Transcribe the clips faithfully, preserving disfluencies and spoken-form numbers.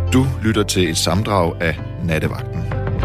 Du lytter til et sammendrag af Nattevagten.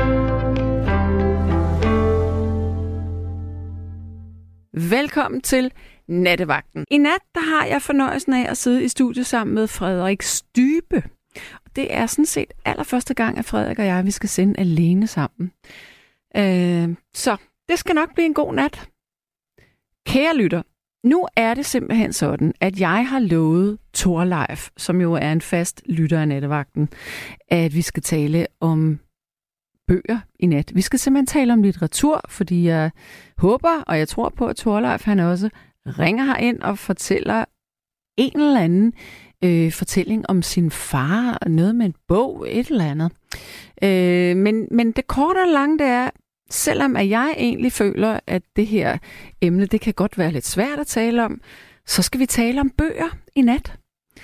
Velkommen til Nattevagten. I nat der har jeg fornøjelsen af at sidde i studiet sammen med Frederik Stybe. Det er sådan set allerførste gang, at Frederik og jeg vi skal sende alene sammen. Øh, så det skal nok blive en god nat. Kære lytter, nu er det simpelthen sådan, at jeg har lovet Thorleif, som jo er en fast lytter af Nattevagten, at vi skal tale om bøger i nat. Vi skal simpelthen tale om litteratur, fordi jeg håber, og jeg tror på, at Thorleif han også ringer herind og fortæller en eller anden øh, fortælling om sin far, og noget med en bog, et eller andet. Øh, men, men det korte og lange, det er, selvom at jeg egentlig føler, at det her emne, det kan godt være lidt svært at tale om, så skal vi tale om bøger i nat.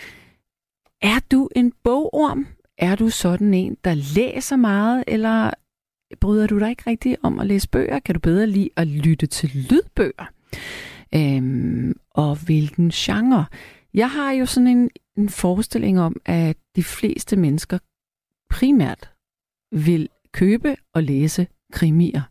Er du en bogorm? Er du sådan en, der læser meget, eller bryder du dig ikke rigtig om at læse bøger? Kan du bedre lide at lytte til lydbøger? Øhm, og hvilken genre? Jeg har jo sådan en, en forestilling om, at de fleste mennesker primært vil købe og læse krimier.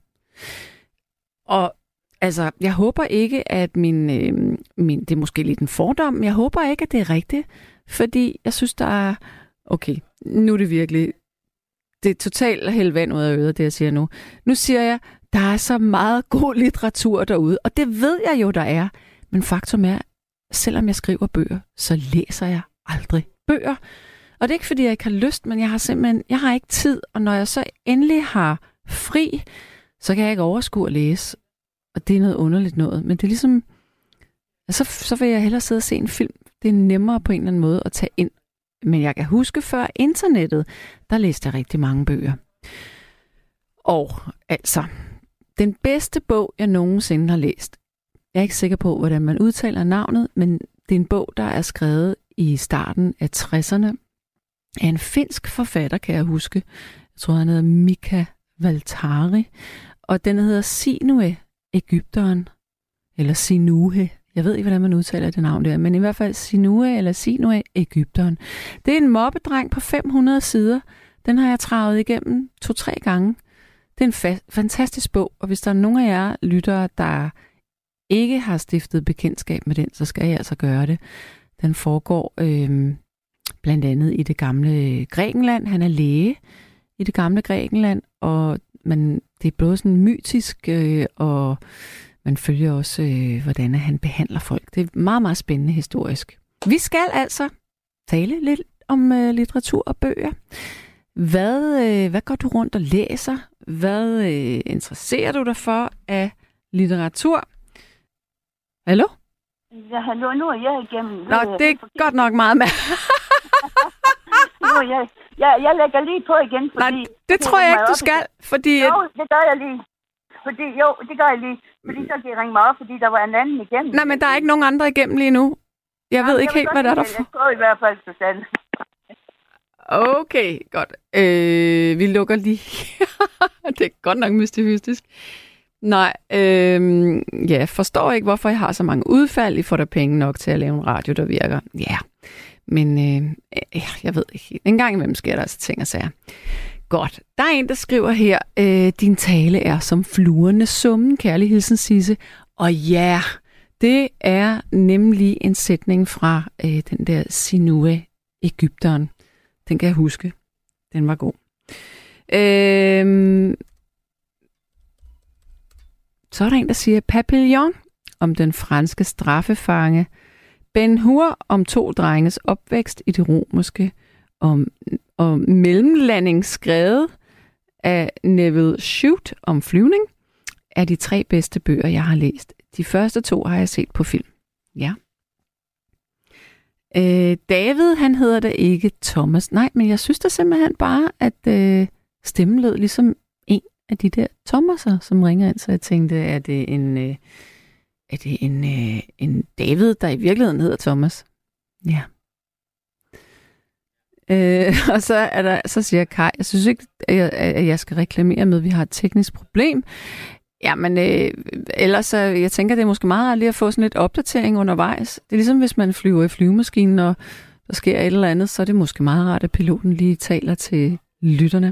Og altså, jeg håber ikke, at min, øh, min... Det er måske lidt en fordom, men jeg håber ikke, at det er rigtigt. Fordi jeg synes, der er... Okay, nu er det virkelig... Det er totalt at hælde vand ud af øret, det jeg siger nu. Nu siger jeg, der er så meget god litteratur derude, og det ved jeg jo, der er. Men faktum er, selvom jeg skriver bøger, så læser jeg aldrig bøger. Og det er ikke, fordi jeg ikke har lyst, men jeg har simpelthen... Jeg har ikke tid, og når jeg så endelig har fri, så kan jeg ikke overskue at læse. Og det er noget underligt noget. Men det er ligesom... Så, så vil jeg hellere sidde og se en film. Det er nemmere på en eller anden måde at tage ind. Men jeg kan huske, før internettet, der læste jeg rigtig mange bøger. Og altså, den bedste bog, jeg nogensinde har læst, jeg er ikke sikker på, hvordan man udtaler navnet, men det er en bog, der er skrevet i starten af tresserne af en finsk forfatter, kan jeg huske. Jeg tror, han hedder Mika Waltari. Og den hedder Sinue, Egypteren. Eller Sinuhe. Jeg ved ikke, hvordan man udtaler det navn der, men i hvert fald Sinue eller Sinue, Egypteren. Det er en mobbedreng på fem hundrede sider. Den har jeg travet igennem to-tre gange. Det er en fa- fantastisk bog, og hvis der er nogen af jer lyttere, der ikke har stiftet bekendtskab med den, så skal jeg altså gøre det. Den foregår øh, blandt andet i det gamle Grækenland. Han er læge i det gamle Grækenland, og man, det er både sådan mytisk, øh, og man følger også, øh, hvordan han behandler folk. Det er meget, meget spændende historisk. Vi skal altså tale lidt om øh, litteratur og bøger. Hvad, øh, hvad går du rundt og læser? Hvad øh, interesserer du dig for af litteratur? Hallo? Ja, hallo, nu er jeg igennem. Nu Nå, er det er jeg godt nok meget med. nu er jeg, jeg, jeg lægger lige på igen, fordi... Nej, det tror jeg ikke, du skal, fordi... Jo, det gør jeg lige. Fordi, jo, det gør jeg lige. Fordi så kan jeg ringe mig op, fordi der var en anden igennem. Nej, men der er ikke nogen andre igennem lige nu. Jeg ved Nej, ikke jeg helt, hvad der er der for. Jeg tror i hvert fald, Susanne. Okay, godt. Øh, vi lukker lige. Det er godt nok mystifistisk. Nej, øh, ja, forstår ikke, hvorfor jeg har så mange udfald. I får der penge nok til at lave en radio, der virker. Ja, men øh, jeg ved ikke. En gang imellem sker der altså ting og sager. Godt. Der er en, der skriver her, øh, din tale er som fluernes summen, kærlig hilsen Sisse. Og ja, det er nemlig en sætning fra øh, den der Sinue, Egypteren. Den kan jeg huske. Den var god. Øh, så er der en, der siger Papillon om den franske straffefange. Ben Hur om to drenges opvækst i det romerske. Om, om mellemlanding skrevet af Neville Shute om flyvning er de tre bedste bøger, jeg har læst. De første to har jeg set på film. Ja. Øh, David, han hedder da ikke Thomas. Nej, men jeg synes da simpelthen bare, at øh, stemmen lød ligesom en af de der Thomaser, som ringer ind, så jeg tænkte, er det en, øh, er det en, øh, en David, der i virkeligheden hedder Thomas? Ja. Øh, og så, er der, så siger Kai, jeg synes ikke, at jeg, at jeg skal reklamere med, at vi har et teknisk problem. Jamen, øh, ellers så, jeg tænker, det er måske meget lige at få sådan lidt opdatering undervejs. Det er ligesom, hvis man flyver i flyvemaskinen, og der sker et eller andet, så er det måske meget rart, at piloten lige taler til lytterne.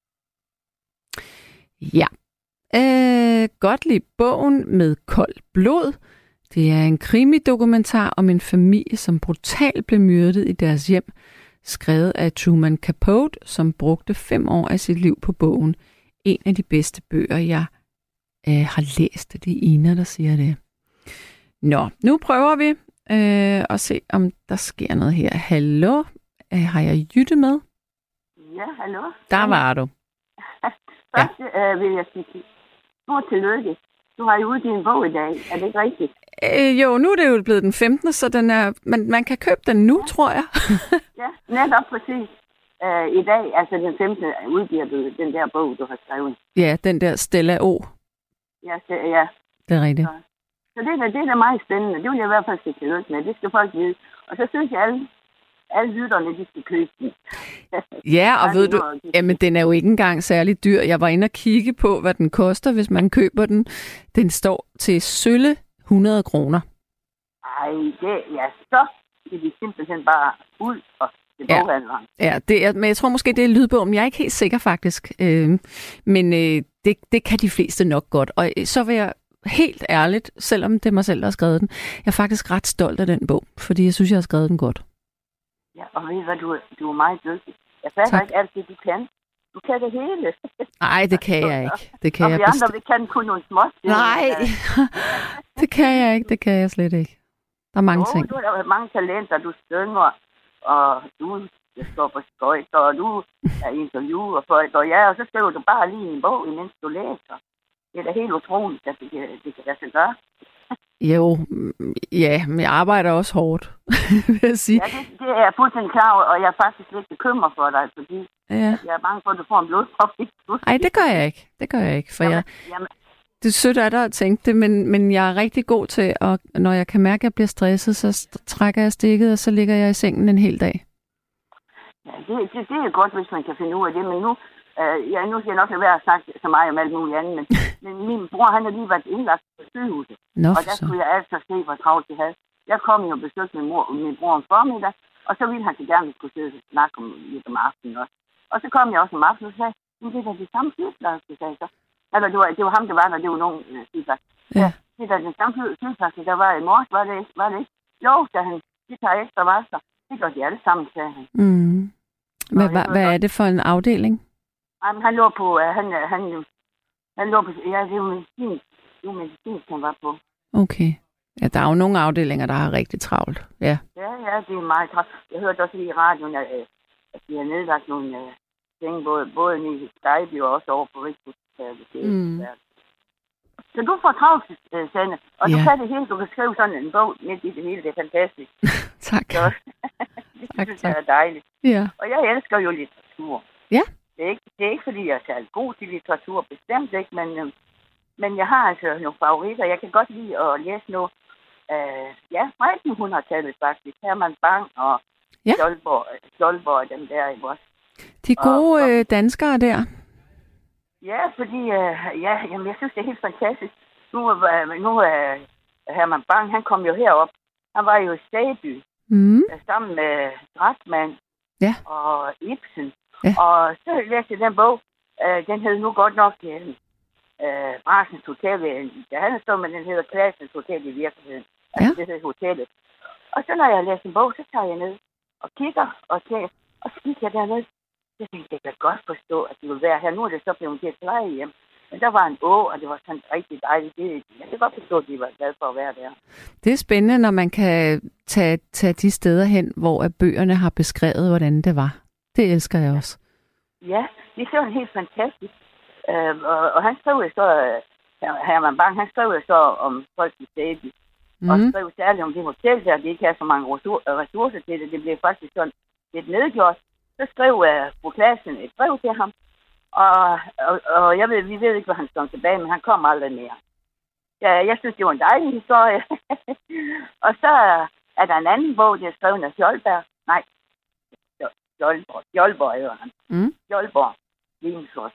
Ja. Øh, godt lide bogen Med koldt blod. Det er en krimidokumentar om en familie, som brutalt blev myrdet i deres hjem, skrevet af Truman Capote, som brugte fem år af sit liv på bogen. En af de bedste bøger, jeg øh, har læst. Det er Ina, der siger det. Nå, nu prøver vi øh, at se, om der sker noget her. Hallo, øh, har jeg Jytte med? Ja, hallo. Der var du. Først ja. øh, vil jeg sige, stort tillykke. Du har jo udgivet en bog i dag. Er det ikke rigtigt? Øh, jo, nu er det jo blevet den femtende, så den er, man, man kan købe den nu, ja. tror jeg. Ja, netop præcis. Øh, I dag, altså den femtende, udgiver du den der bog, du har skrevet. Ja, den der Stella O. Ja, det, ja. Det er rigtigt. Så, så det, er, det er da meget spændende. Det vil jeg i hvert fald sige tillykke med. Det skal folk vide. Og så synes jeg, alle, alle lytterne, de skal købe den. Ja, og ved du, jamen den er jo ikke engang særlig dyr. Jeg var inde og kigge på, hvad den koster, hvis man køber den. Den står til sølle hundrede kroner. Ej, det ja, så er de simpelthen bare ud og til ja. boghandleren. Ja, det er, men jeg tror måske, det er lydbogen. Jeg er ikke helt sikker faktisk. Øh, men øh, det, det kan de fleste nok godt. Og så vil jeg helt ærligt, selvom det er mig selv, der har skrevet den, jeg er faktisk ret stolt af den bog, fordi jeg synes, jeg har skrevet den godt. Ja, og ved hvad, du, du er meget dygtig. Jeg fatter ikke alt det, du kan. Du kan det hele. Nej, det kan jeg ikke. Det kan og jeg vi andre, vi kan kun nogle små. Nej, det kan jeg ikke. Det kan jeg slet ikke. Der er mange oh, ting. Du har mange talenter. Du synger, og du står på skøjt, og du er interviewer folk, og ja, og så skriver du bare lige en bog, imens du læser. Det er da helt utroligt, at det, det kan lade sig gøre. Jo, ja, men jeg arbejder også hårdt, vil jeg sige. Ja, det, det er jeg fuldstændig klar over, og jeg er faktisk lidt bekymret for dig, fordi ja. jeg er bange for, at du får en blodprop. Nej, det gør jeg ikke. Det gør jeg ikke, for jamen, jeg... Jamen. Det er sødt af dig at tænke det, men, men jeg er rigtig god til, at når jeg kan mærke, at jeg bliver stresset, så trækker jeg stikket, og så ligger jeg i sengen en hel dag. Ja, det, det, det er godt, hvis man kan finde ud af det, men nu, øh, ja, nu skal jeg nok lade være at snakke så meget om alt muligt andet, men, men min bror, han har lige været indlagt på sygehuset, Nå, og der så. skulle jeg altså se, hvor travlt det havde. Jeg kom jo og besøgte min, mor, min bror om formiddag, og så ville han så gerne skulle sidde og snakke om lidt om aftenen også. Og så kom jeg også om aftenen og sagde, men det er da det samme sygeplejerske, sagde så. Eller det var, det var ham, der var der, det var nogen øh, sygeplejerske. Ja. Ja, det er da den samme sygeplejerske, der var i morges, var det ikke? Var det ikke? Jo, sagde han, de tager ekstra vagter. Det gør de alle sammen, sagde han. Mm. Hvad, hvad, hvad er det for en afdeling? Jamen, han lå på, uh, han, han, han lå på, ja, det er jo medicinsk, det er jo medicinsk, han var på. Okay. Ja, der er jo nogle afdelinger, der har rigtig travlt. Ja, ja, ja det er meget travlt. Jeg hørte også lige i radioen, at, at de har nedlagt nogle uh, ting, både, både i Skype og også over på Rigshospitalet. Mm. Så du får travlt, uh, Sanne, og ja. Du kan det hele, du kan skrive sådan en bog midt i det hele, det er fantastisk. Tak. Så, det tak, synes jeg er dejligt. Ja. Og jeg elsker jo litteratur. Ja. Det er ikke, det er ikke fordi jeg er særlig god til litteratur, bestemt ikke, men, øh, men jeg har altså nogle favoritter. Jeg kan godt lide at læse noget, øh, ja, fra attenhundredetallet faktisk. Herman Bang og ja. Stolborg, Stolborg og dem der i vores. De gode og, og, danskere der. Ja, fordi, øh, ja, jamen, jeg synes, det er helt fantastisk. Nu, øh, nu er øh, Herman Bang, han kom jo herop. Han var jo i Staby, mm. sammen med Drachmann ja. og Ibsen. Ja. Og så læste jeg den bog. Øh, den hed nu godt nok øh, øh, Brassens Hotel. Det handler så, men den hedder Klassens Hotel i virkeligheden. Altså, ja. Det hedder hotellet. Og så når jeg læser en bog, så tager jeg ned og kigger og tænker, og så kigger jeg derned. Jeg tænkte, det kan godt forstå, at det vil være her. Nu er det så blevet til et plejehjem. Men der var en å, og det var sådan rigtig dejligt. Det, jeg kan godt forstå, at de var glade for at være der. Det er spændende, når man kan tage, tage de steder hen, hvor bøgerne har beskrevet, hvordan det var. Det elsker jeg også. Ja, det er sådan helt fantastisk. Uh, og, og han skrev jo så, uh, Herman Bang, han skrev jo så om folk i Staby. Mm. Og skrev særligt om det hotel der, de ikke har så mange ressourcer til det. Det blev faktisk sådan lidt nedgjort. Så skrev uh, fru Klassen et brev til ham. Og, og, og jeg ved, vi ved ikke, hvad han kom tilbage, men han kom aldrig mere. Ja, jeg synes, det var en dejlig historie. Og så er der en anden bog, der er skrevet af Fjolberg. Nej, Fjolborg. Fjolborg hedder han. Mm. Fjolborg.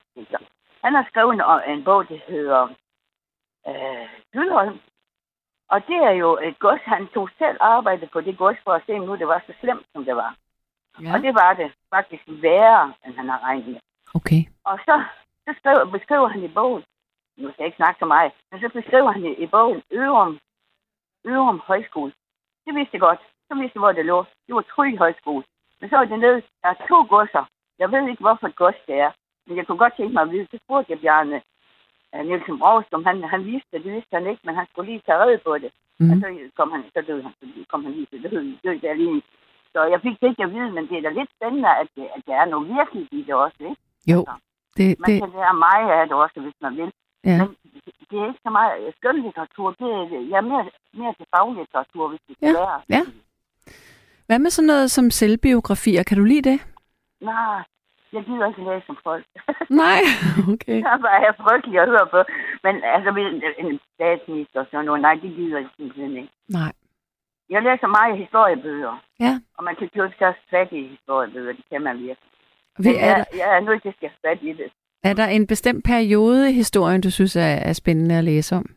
Han har skrevet en, en bog, der hedder øh, Gyldholm. Og det er jo et gods. Han tog selv arbejde på det gods for at se, om nu det var så slemt, som det var. Ja. Og det var det faktisk værre, end han har regnet med. Okay. Og så, så skrev, beskriver han i bogen, nu skal jeg ikke snakke så meget, men så beskriver han i, i bogen Ørum, Ørum Højskole. Det vidste jeg godt. Så vidste jeg, hvor det lå. Det var Try Højskole. Men så var det nede, der er to godser. Jeg ved ikke, hvorfor et gods det er. Men jeg kunne godt tænke mig at vide, så spurgte jeg Bjarne uh, Nielsen Brovstum. Han, han vidste det, det vidste han ikke, men han skulle lige tage red på det. Mm. Og så kom han, så døde han, så kom han lige til døde, døde der lige. Så jeg fik det ikke at vide, men det er da lidt spændende, at, det, at der er noget virkelig i det også, ikke? Jo. Det, man det... kan lære meget af det også, hvis man vil. Ja. Men det er ikke så meget skønlitteratur. Det er, jeg er mere, mere til faglitteratur, hvis det skal ja. lære. Ja. Hvad med sådan noget som selvbiografier? Kan du lide det? Nej, jeg gider ikke læse som folk. Nej, okay. Det er bare frygtelig at høre på. Men altså, en statsminister og sådan noget, nej, det gider jeg simpelthen ikke. Nej. Jeg læser meget historiebøger. Ja. Og man kan købe så fat i historiebøger, det kan man virkelig. Ved, er jeg, der, jeg er nødt til at skaffe fat i det. Er der en bestemt periode i historien, du synes er, er spændende at læse om?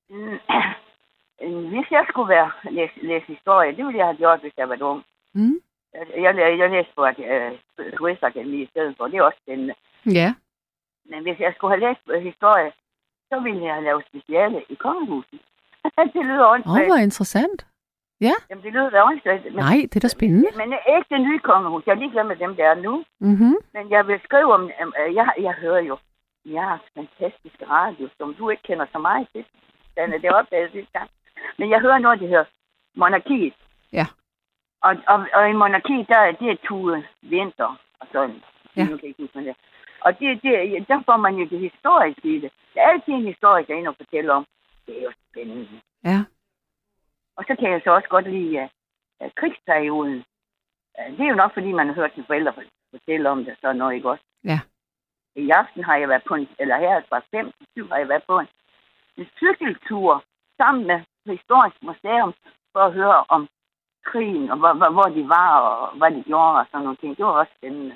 Hvis jeg skulle være læse, læse historie, det ville jeg have gjort, hvis jeg var ung. Mm. Jeg, jeg, jeg læste på et uh, turistakademi i stedet for. Det er også spændende. Ja. Men hvis jeg skulle have læst historie, så ville jeg have lavet speciale i kongehuset. Det lyder åndssvagt. Åh, oh, hvor interessant. Ja. Jamen, det lyder da åndssvagt. Men, nej, det er da spændende. Men ikke det nye kongehus. Jeg er ligeglad med dem, der er nu. Mm-hmm. Men jeg vil skrive om... Um, jeg, jeg hører jo... Jeg har fantastiske radio, som du ikke kender så meget til. Den er det opdaget sidste gang. Men jeg hører noget, der hedder monarkiet. Ja. Og, og, og i monarkiet, der det er Tue Vinter og sådan. Ja. Nu kan jeg ikke huske det. Og det, det, der får man jo det historiske i det. Der er altid en historie, der er inde og fortælle om. Det er jo spændende. Ja. Og så kan jeg så også godt lide uh, uh, krigsperioden. Uh, det er jo nok, fordi man har hørt sine forældre fortælle om det, så noget ikke også. Ja. I aften har jeg været på en, eller her fra fem til syv har jeg været på en, en cykeltur sammen med Historisk Museum for at høre om krigen, og hvor, hvor, hvor de var, og hvad de gjorde, og sådan nogle ting. Det var også spændende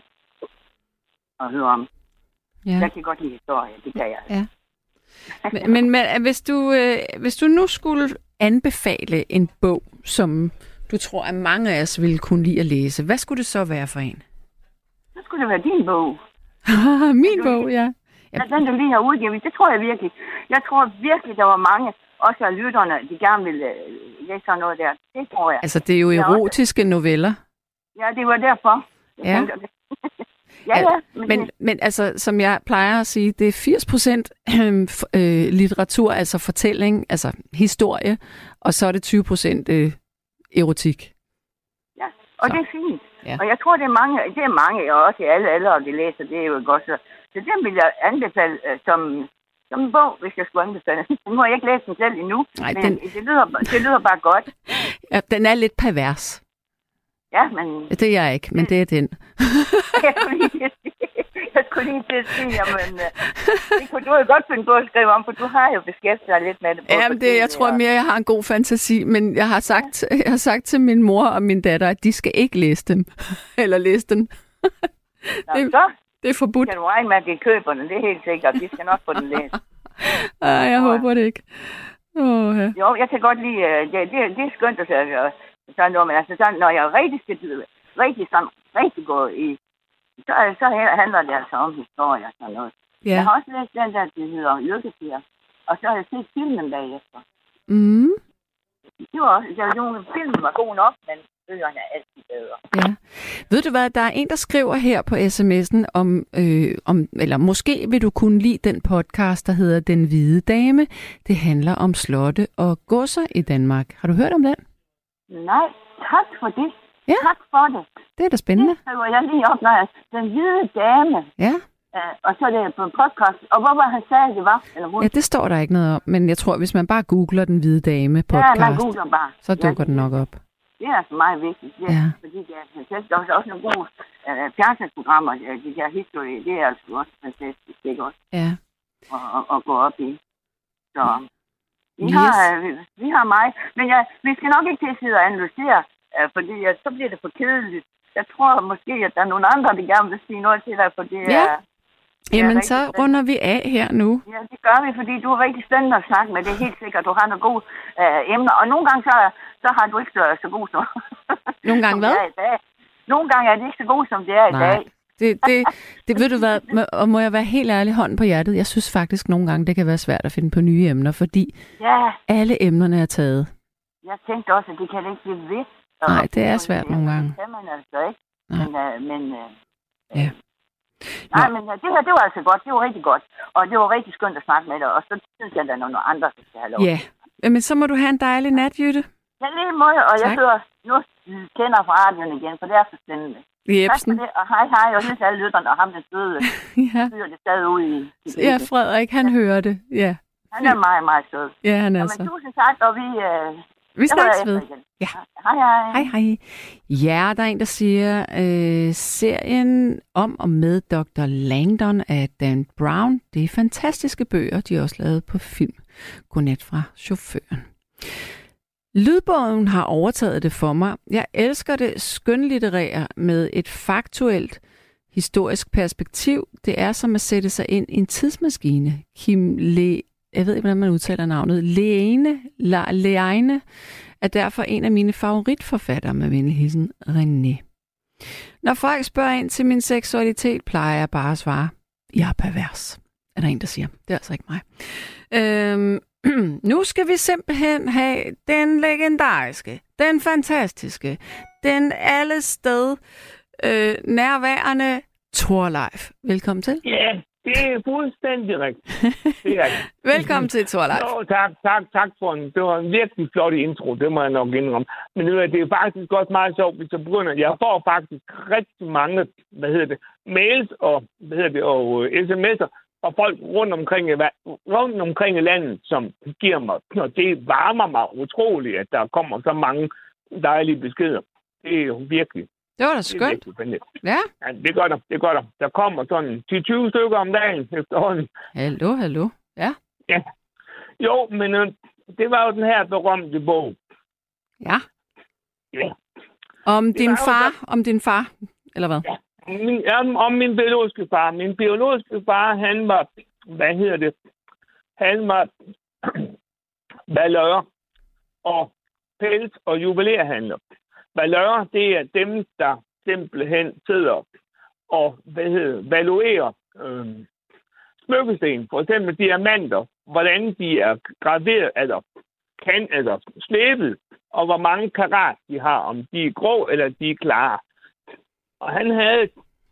at høre om. Ja. Jeg kan godt lide historie, det kan jeg. Ja. men, men, men hvis, du, øh, hvis du nu skulle anbefale en bog, som du tror, at mange af os ville kunne lide at læse, hvad skulle det så være for en? Så skulle det være din bog. Min du, bog, ja. ja. Den, du lige har udgivet, det tror jeg virkelig. Jeg tror virkelig, der var mange, også af lytterne, de gerne ville uh, læse sådan noget der. Det tror jeg. Altså, det er jo erotiske noveller. Ja, det var derfor. Jeg ja. det. ja, ja. Men, men, men altså, som jeg plejer at sige, det er firs procent øh, litteratur, altså fortælling, altså historie, og så er det tyve procent øh, erotik. Ja, og så. Det er fint. Ja. Og jeg tror, det er mange, det er mange, og også i alle aldre, de læser, det er jo godt. Så, så den vil jeg anbefale uh, som, som en bog, hvis jeg skulle anbefale. Nu har jeg ikke læst den selv endnu, nej, men den... det, lyder, det lyder bare godt. Ja, den er lidt pervers. Ja, men... Det er jeg ikke, men det er den. jeg skulle lige til at sige, jeg skulle lige til at sige jamen, det kunne du jo godt finde på at skrive om, for du har jo beskæftiget dig lidt med det. Jamen, det, jeg tror mere, jeg har en god fantasi, men jeg har sagt, ja. jeg har sagt til min mor og min datter, at de skal ikke læse dem. Eller læse den. Nå, det, så det er forbudt. Kan du regne med, at de køber den, det er helt sikkert. De skal nok få den læst. Ej, jeg oh, håber det ikke. Oh, ja. Jo, jeg kan godt lide, det, det, det er skønt at sige sådan noget, men altså sådan, når jeg rigtig skal rigtig, sådan, rigtig gå i, så, så handler det altså om historie og sådan noget. Yeah. Jeg har også læst den der, det hedder Lykkefjer, og så har jeg set filmen bagefter. Mm. Det var også, det var nogle filmen var god nok, men bøgerne er altid bedre. Ja. Ved du hvad, der er en, der skriver her på sms'en om, øh, om, eller måske vil du kunne lide den podcast, der hedder Den Hvide Dame. Det handler om slotte og godser i Danmark. Har du hørt om den? Nej, tak for det. Ja. Tak for det. Det er da spændende. Det skriver jeg lige op, når jeg Den Hvide Dame. Ja. Uh, og så er det på en podcast. Og hvor var han sagde, det var? Eller ja, det står der ikke noget om. Men jeg tror, hvis man bare googler Den Hvide Dame podcast, ja, man googler bare. så dukker ja, den nok op. Det er altså meget vigtigt. Det er, ja. Fordi det er fantastisk. Der er også nogle gode uh, fjernsynsprogrammer. De der historie, det er altså også fantastisk. Ikke også? Ja. Og, og, og gå op i. Så vi, yes. har, uh, vi, vi har meget. Men ja, vi skal nok ikke til at sidde og analysere, uh, fordi uh, så bliver det for kedeligt. Jeg tror måske, at der er nogle andre, der gerne vil sige noget til dig, for det er... Ja. Jamen, så runder vi af her nu. Ja, det gør vi, fordi du er rigtig spændende at snakke med. Det er helt sikkert, du har nogle gode øh, emner. Og nogle gange, så, så har du ikke så, så god som, Nogle gange som hvad? det er i dag. Nogle gange er det ikke så god, som det er i Nej. dag. Det, det, det ved du hvad, og må jeg være helt ærlig, hånden på hjertet, jeg synes faktisk nogle gange, det kan være svært at finde på nye emner, fordi Ja, alle emnerne er taget. jeg tænkte også, at det kan ikke blive ved. Nej, det er svært nogle gange. Det kan man altså ikke. Nej. Men, øh, men øh, Ja. nej, Nå. men øh, det her, det var altså godt. Det var rigtig godt. Og det var rigtig skønt at snakke med dig. Og så synes jeg, at der er nogle andre, der skal have lov. Ja, men så må du have en dejlig nat, Jytte. Ja, lige måde. Og jeg Tak. sidder nu tænder fra radioen igen, for det er så spændende. Tak Jebsen. for det, og hej hej, og hils alle lytterne, og ham den søde Ja. fyr, det stadig ude i. i Ja, Frederik, han hører det. Ja, Han er meget, meget sød. ja han er Jamen, så. tusind tak, og vi... Øh, Vi snakkes jeg hører ved. efter igen. Ja. Hej hej. Hej, hej. Ja, der er en, der siger, øh, serien om og med doktor Langdon af Dan Brown, det er fantastiske bøger, de er også lavet på film. Godnat fra chaufføren. Lydbogen har overtaget det for mig. Jeg elsker det skønlitterære med et faktuelt historisk perspektiv. Det er som at sætte sig ind i en tidsmaskine. Kim Le, jeg ved ikke, hvordan man udtaler navnet, Leine, La, Leine er derfor en af mine favoritforfattere med venlig hilsen René. Når folk spørger ind til min seksualitet, plejer jeg bare at svare, jeg er pervers. Er der en, der siger. Det er altså ikke mig. Øhm, nu skal vi simpelthen have den legendariske, den fantastiske, den alle sted øh, nærværende Thorleif. Velkommen til. Ja, det er fuldstændig rigtigt. Det er rigtigt. Velkommen til, Thorleif. Nå, tak, tak, tak for en, det var en virkelig flot intro, det må jeg nok indrømme. Men det er, det er faktisk også meget sjovt, hvis jeg begynder. Jeg får faktisk rigtig mange, hvad hedder det, mails og, hvad hedder det, og uh, sms'er fra folk rundt omkring, i, rundt omkring i landet, som giver mig, og det varmer mig utroligt, at der kommer så mange dejlige beskeder. Det er jo virkelig. Det var da Det er skønt. virkelig spændende. Ja. Ja, det gør der, det gør der. Der kommer sådan ti til tyve stykker om dagen efterhånden. Hallo, hallo. Ja. Ja. Jo, men øh, det var jo den her berømte bog. Ja. Ja. Om Det din var jo far, om din far, eller hvad? Ja. Min, om, om min biologiske far. Min biologiske far, han var, hvad hedder det? Han var valør og pels- og juvelerhandler. Valør, det er dem, der simpelthen sidder og, hvad hedder, valuerer øh, smykkesten, for eksempel diamanter, hvordan de er graveret, eller kan, eller slæbet, og hvor mange karat de har, om de er grå, eller de er klare. Og han havde,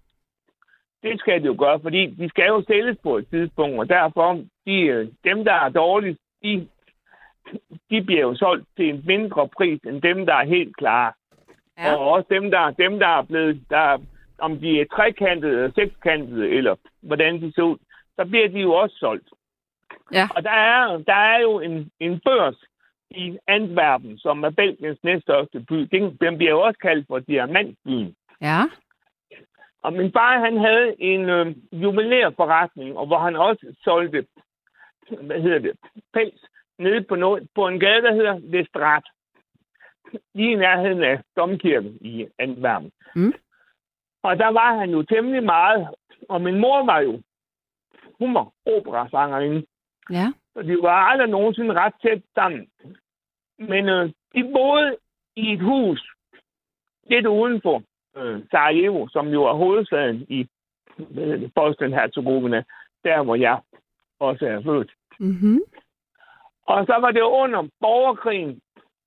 det skal de jo gøre, fordi de skal jo sælges på et tidspunkt, og derfor, de, dem, der er dårligst, de, de bliver jo solgt til en mindre pris, end dem, der er helt klare. Ja. Og også dem, der, dem, der er blevet, der, om de er trekantede, eller sekskantede, eller hvordan de ser ud, så bliver de jo også solgt. Ja. Og der er, der er jo en, en børs i Antwerpen, som er Belgiens næststørste by. Den, den bliver jo også kaldt for Diamantbyen. Ja. Og min far, han havde en øh, juvelerforretning, og hvor han også solgte, hvad hedder det, pels, nede på, noget, på en gade, der hedder Lestrat. Lige i nærheden af Domkirken i Antwerpen. Mm. Og der var han jo temmelig meget. Og min mor var jo, hun var operasangerinde. Ja. Så de var aldrig nogensinde ret tæt sammen. Men øh, de boede i et hus lidt uden for øh, Sarajevo, som jo er hovedstaden i øh, Bosnien-Herzegovina, der hvor jeg også er født. Mhm. Og så var det jo under borgerkrigen.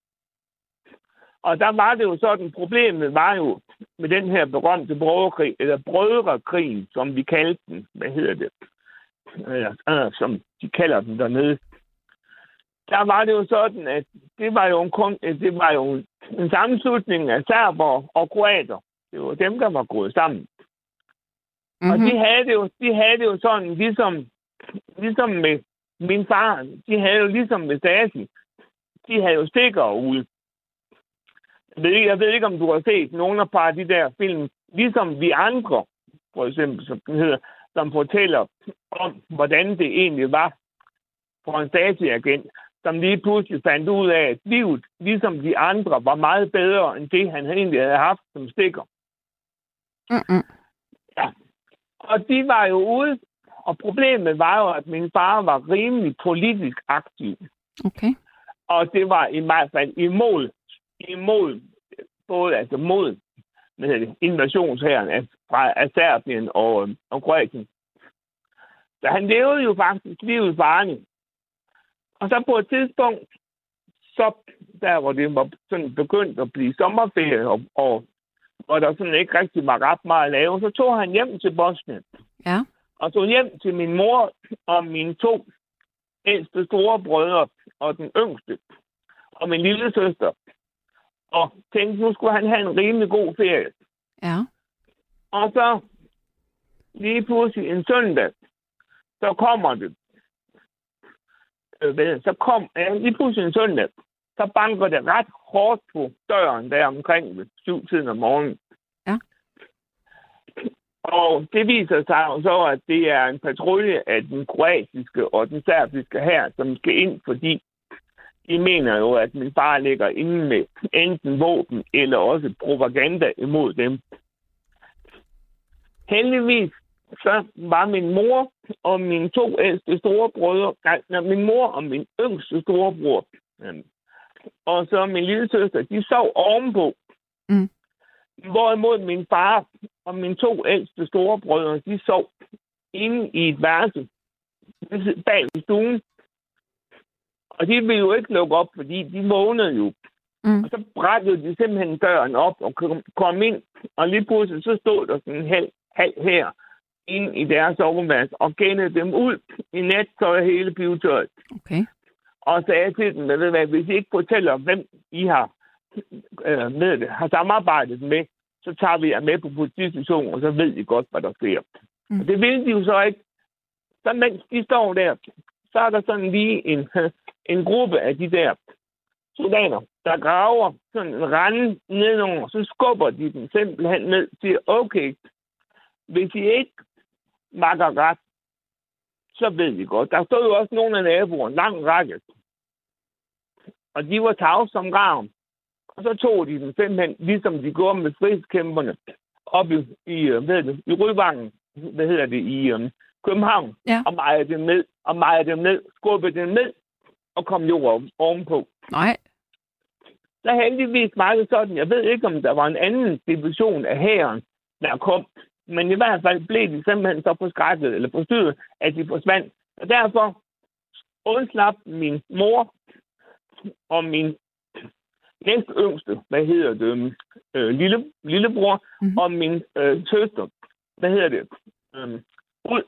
Og der var det jo sådan, problemet var jo med den her berømte borgerkrig, eller brødrekrigen, som vi kaldte den, hvad hedder det, eller, øh, som de kalder den dernede. Der var det jo sådan, at det var jo en, det var jo en sammenslutning af serber og kroater. Det var dem, der var gået sammen. Mm-hmm. Og de havde det jo, de havde det jo sådan, ligesom, ligesom med min far, de havde jo ligesom med Stasi, de havde jo stikker ude. Jeg ved, ikke, jeg ved ikke, om du har set nogle af par af de der film, ligesom Vi Andre, for eksempel, som den hedder, som fortæller om, hvordan det egentlig var for en Stasi-agent, som lige pludselig fandt ud af, at livet, ligesom de andre, var meget bedre, end det, han egentlig havde haft som stikker. Mm-mm. Ja. Og de var jo ude og problemet var jo, at min far var rimelig politisk aktiv. Okay. Og det var i hvert fald imod, imod både altså mod med invasionshæren af, fra af Serbien og, og Kroatien. Så han levede jo faktisk livet farligt. Og så på et tidspunkt, så der hvor det var sådan begyndt at blive sommerferie, og, og hvor der sådan ikke rigtig var ret meget at lave, så tog han hjem til Bosnien. Ja. Og tog hjem til min mor og mine to ældste store brødre, og den yngste, og min lille søster. Og tænkte, nu skulle han have en rimelig god ferie. Ja. Og så lige pludselig en søndag, så kommer det. Øh, så kom, ja, lige pludselig en søndag, så banker det ret hårdt på døren der omkring ved syv tiden om morgenen. Ja. Og det viser sig jo så, at det er en patrulje af den kroatiske og den serbiske hær, som skal ind, fordi de mener jo, at min far ligger inde med enten våben eller også propaganda imod dem. Heldigvis så var min mor og mine to ældste storebrødre, nej, min mor og min yngste storebror, og så min lille søster, de sov ovenpå. Mm. Hvorimod min far og mine to ældste storebrødre, de sov inde i et værelse bag ved stuen. Og de ville jo ikke lukke op, fordi de vågnede jo. Mm. Og så brættede de simpelthen døren op og kom ind. Og lige pludselig så stod der sådan en halv, halv her inde i deres soveværelse og gennede dem ud i nattøj hele pivetøjet. Okay. Og sagde til dem, ved hvad, hvis I ikke fortæller, hvem I har, øh, med det, har samarbejdet med, så tager vi jer med på politistationen, og så ved I godt, hvad der sker. Mm. Og det ville de jo så ikke. Så mens de står der, så er der sådan lige en, en gruppe af de der soldater, der graver sådan en rende nedover, så skubber de den simpelthen ned og siger, okay, hvis I ikke makker ret, så ved I godt. Der stod jo også nogle af naboerne, lang række, og de var tavs som graven. Og så tog de den simpelthen, ligesom de går med frihedskæmperne, op i, i, ved det, i Ryvangen, hvad hedder det, i um, København, ja. og majede dem ned, og majede dem ned, skubbede dem ned, og kom jord ovenpå. Nej. Så heldigvis var det sådan, jeg ved ikke, om der var en anden division af hæren, der kom, men i hvert fald blev de simpelthen så forskrækket, eller forstyrret, at de forsvandt. Og derfor undslap min mor og min næste yngste, hvad hedder det, øh, lille, lillebror, mm-hmm. og min øh, søster, hvad hedder det, øh, ud.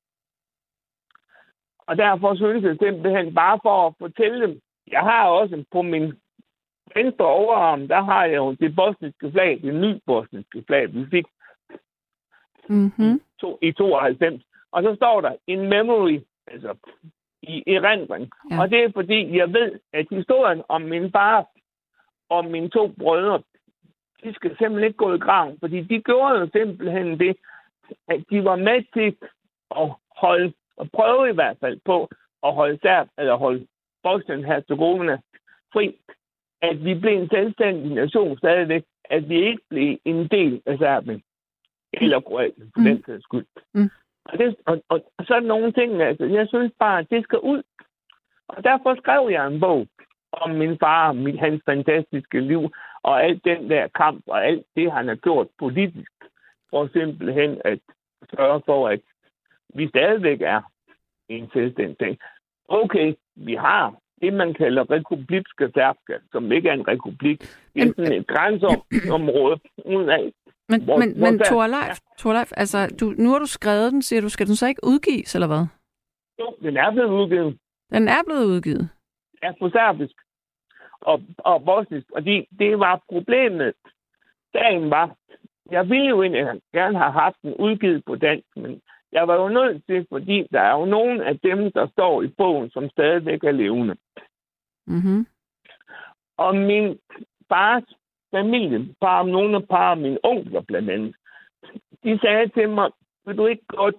Og derfor synes jeg simpelthen bare for at fortælle dem, jeg har også på min venstre overarm, der har jeg jo det bosniske flag, det nye bosniske flag, vi fik mm-hmm. to, i tooghalvfems. Og så står der in memory, altså i erindring. Ja. Og det er fordi, jeg ved, at historien om min far og mine to brødre, de skal simpelthen ikke gå i graven, fordi de gjorde jo simpelthen det, at de var med til at holde, og prøve i hvert fald på at holde Serb, eller holde Bosnien-Herzegovina fri, at vi blev en selvstændig nation stadigvæk, at vi ikke blev en del af Serbien, eller Kroatien, for mm. den sags skyld. Mm. Og, det, og, og, og så er der nogle ting, altså, jeg synes bare, at det skal ud. Og derfor skrev jeg en bog om min far, min, hans fantastiske liv, og alt den der kamp, og alt det, han har gjort politisk, for simpelthen at sørge for, at vi stadigvæk er en selvstændig. Okay, vi har det, man kalder Republika Srpska, som ikke er en republik. Det er sådan et grænseområde ud af. Men, hvor, men, hvor men Thorleif, ja. Thorleif, altså, du, nu har du skrevet den, siger du, skal den så ikke udgives, eller hvad? Jo, den er blevet udgivet. Den er blevet udgivet? Ja, på serbisk og, og bosnisk. Og det, det var problemet. Dagen var, jeg ville jo egentlig gerne have haft den udgivet på dansk, men jeg var jo nødt til, fordi der er jo nogen af dem, der står i bogen, som stadigvæk er levende. Mm-hmm. Og min fars familie, par om nogle af par af mine onkler blandt andet, de sagde til mig, vil du ikke godt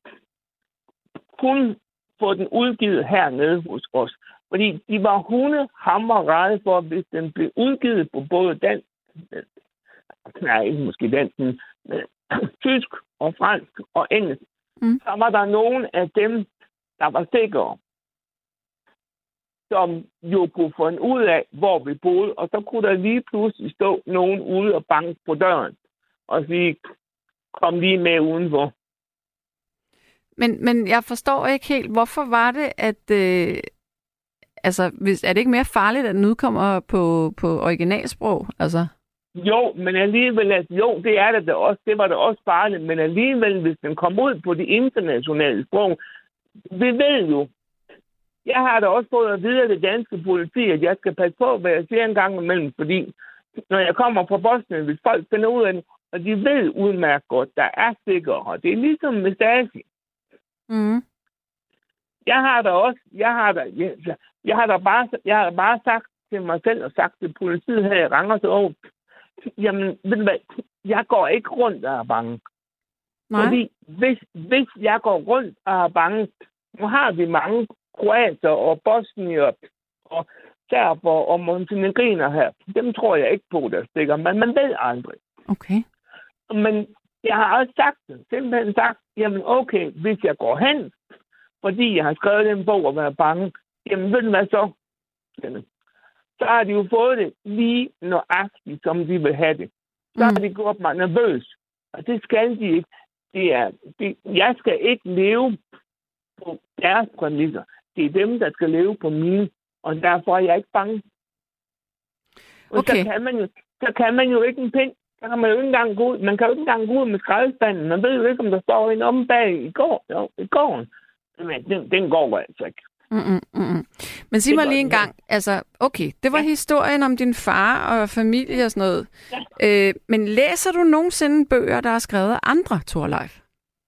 kun få den udgivet hernede hos os? Fordi de var hundehammerrede for, hvis den blev udgivet på både dansk, nej, ikke måske dansk, men tysk og fransk og engelsk, mm. så var der nogle af dem, der var sikre, som jo kunne finde ud af, hvor vi boede, og så kunne der lige pludselig stå nogen ude og banke på døren og sige, kom lige med udenfor. Men, men jeg forstår ikke helt, hvorfor var det, at... Øh, altså, hvis, er det ikke mere farligt, at den udkommer på, på originalsprog? Altså... Jo, men alligevel, altså, jo, det er det da også. Det var da også farligt, men alligevel, hvis den kom ud på de internationale sprog, vi ved jo, jeg har da også fået at vide af det danske politi, at jeg skal passe på, hvad jeg siger en gang imellem, fordi når jeg kommer fra Bosnien, hvis folk finder ud af det, og de ved udmærket godt, der er sikre, og det er ligesom med Stasi. Mm. Jeg har da også, jeg har da, jeg, jeg har da bare, jeg har da bare sagt til mig selv og sagt til politiet her i Randers og jamen, ved du hvad, jeg går ikke rundt og er bange. Nej. Fordi hvis, hvis jeg går rundt og er bange, nu har vi mange kroater og bosnier og serber og montenegriner her. Dem tror jeg ikke på, der stikker, men man ved aldrig. Okay. Men jeg har også sagt det, simpelthen sagt, jamen okay, hvis jeg går hen, fordi jeg har skrevet den bog og været bange, jamen ved du hvad så? Så har de jo fået det lige nøjagtigt, som de vil have det. Så har de gjort mig nervøs. Og det skal de ikke. Det er, det, jeg skal ikke leve på deres præmisser. Det er dem, der skal leve på mine. Og derfor er jeg ikke bange. Og okay. så, kan man jo, så kan man jo ikke en pind. Så kan man jo ikke engang gå ud. Man kan jo ikke engang gå ud med skraldespanden. Man ved jo ikke, om der står en om bag i går. Jo, i går. Men den, den går altså ikke. Mm-mm, mm-mm. Men sig det mig lige en gang, altså, okay, det var ja. historien om din far og familie og sådan noget. Ja. Øh, men læser du nogensinde bøger, der er skrevet af andre, Thorleif?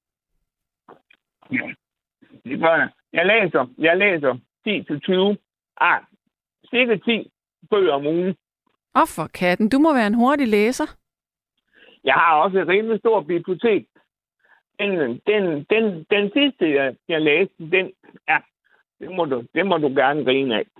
Ja, det gør jeg. Jeg læser, jeg læser ti til tyve, ah, cirka ti bøger om ugen. Åh, for katten, du må være en hurtig læser. Jeg har også et rimelig stort bibliotek. Den, den, den, den sidste, jeg, jeg læste, den er Det må, du, det må du gerne grine af.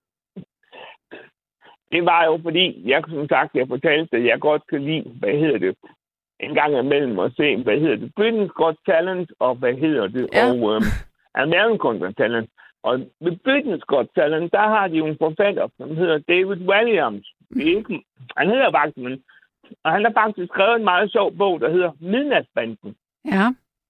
Det var jo fordi, jeg som sagt, jeg fortalte, at jeg godt kan lide, hvad hedder det, en gang imellem at se, hvad hedder det, Britain's Got Talent, og hvad hedder det, ja. og um, American Got Talent. Og med Britain's Got Talent, der har de jo en forfatter, som hedder David Walliams. Det er ikke, han hedder faktisk, men, og han har faktisk skrevet en meget sjov bog, der hedder Midnatsbanden. Ja.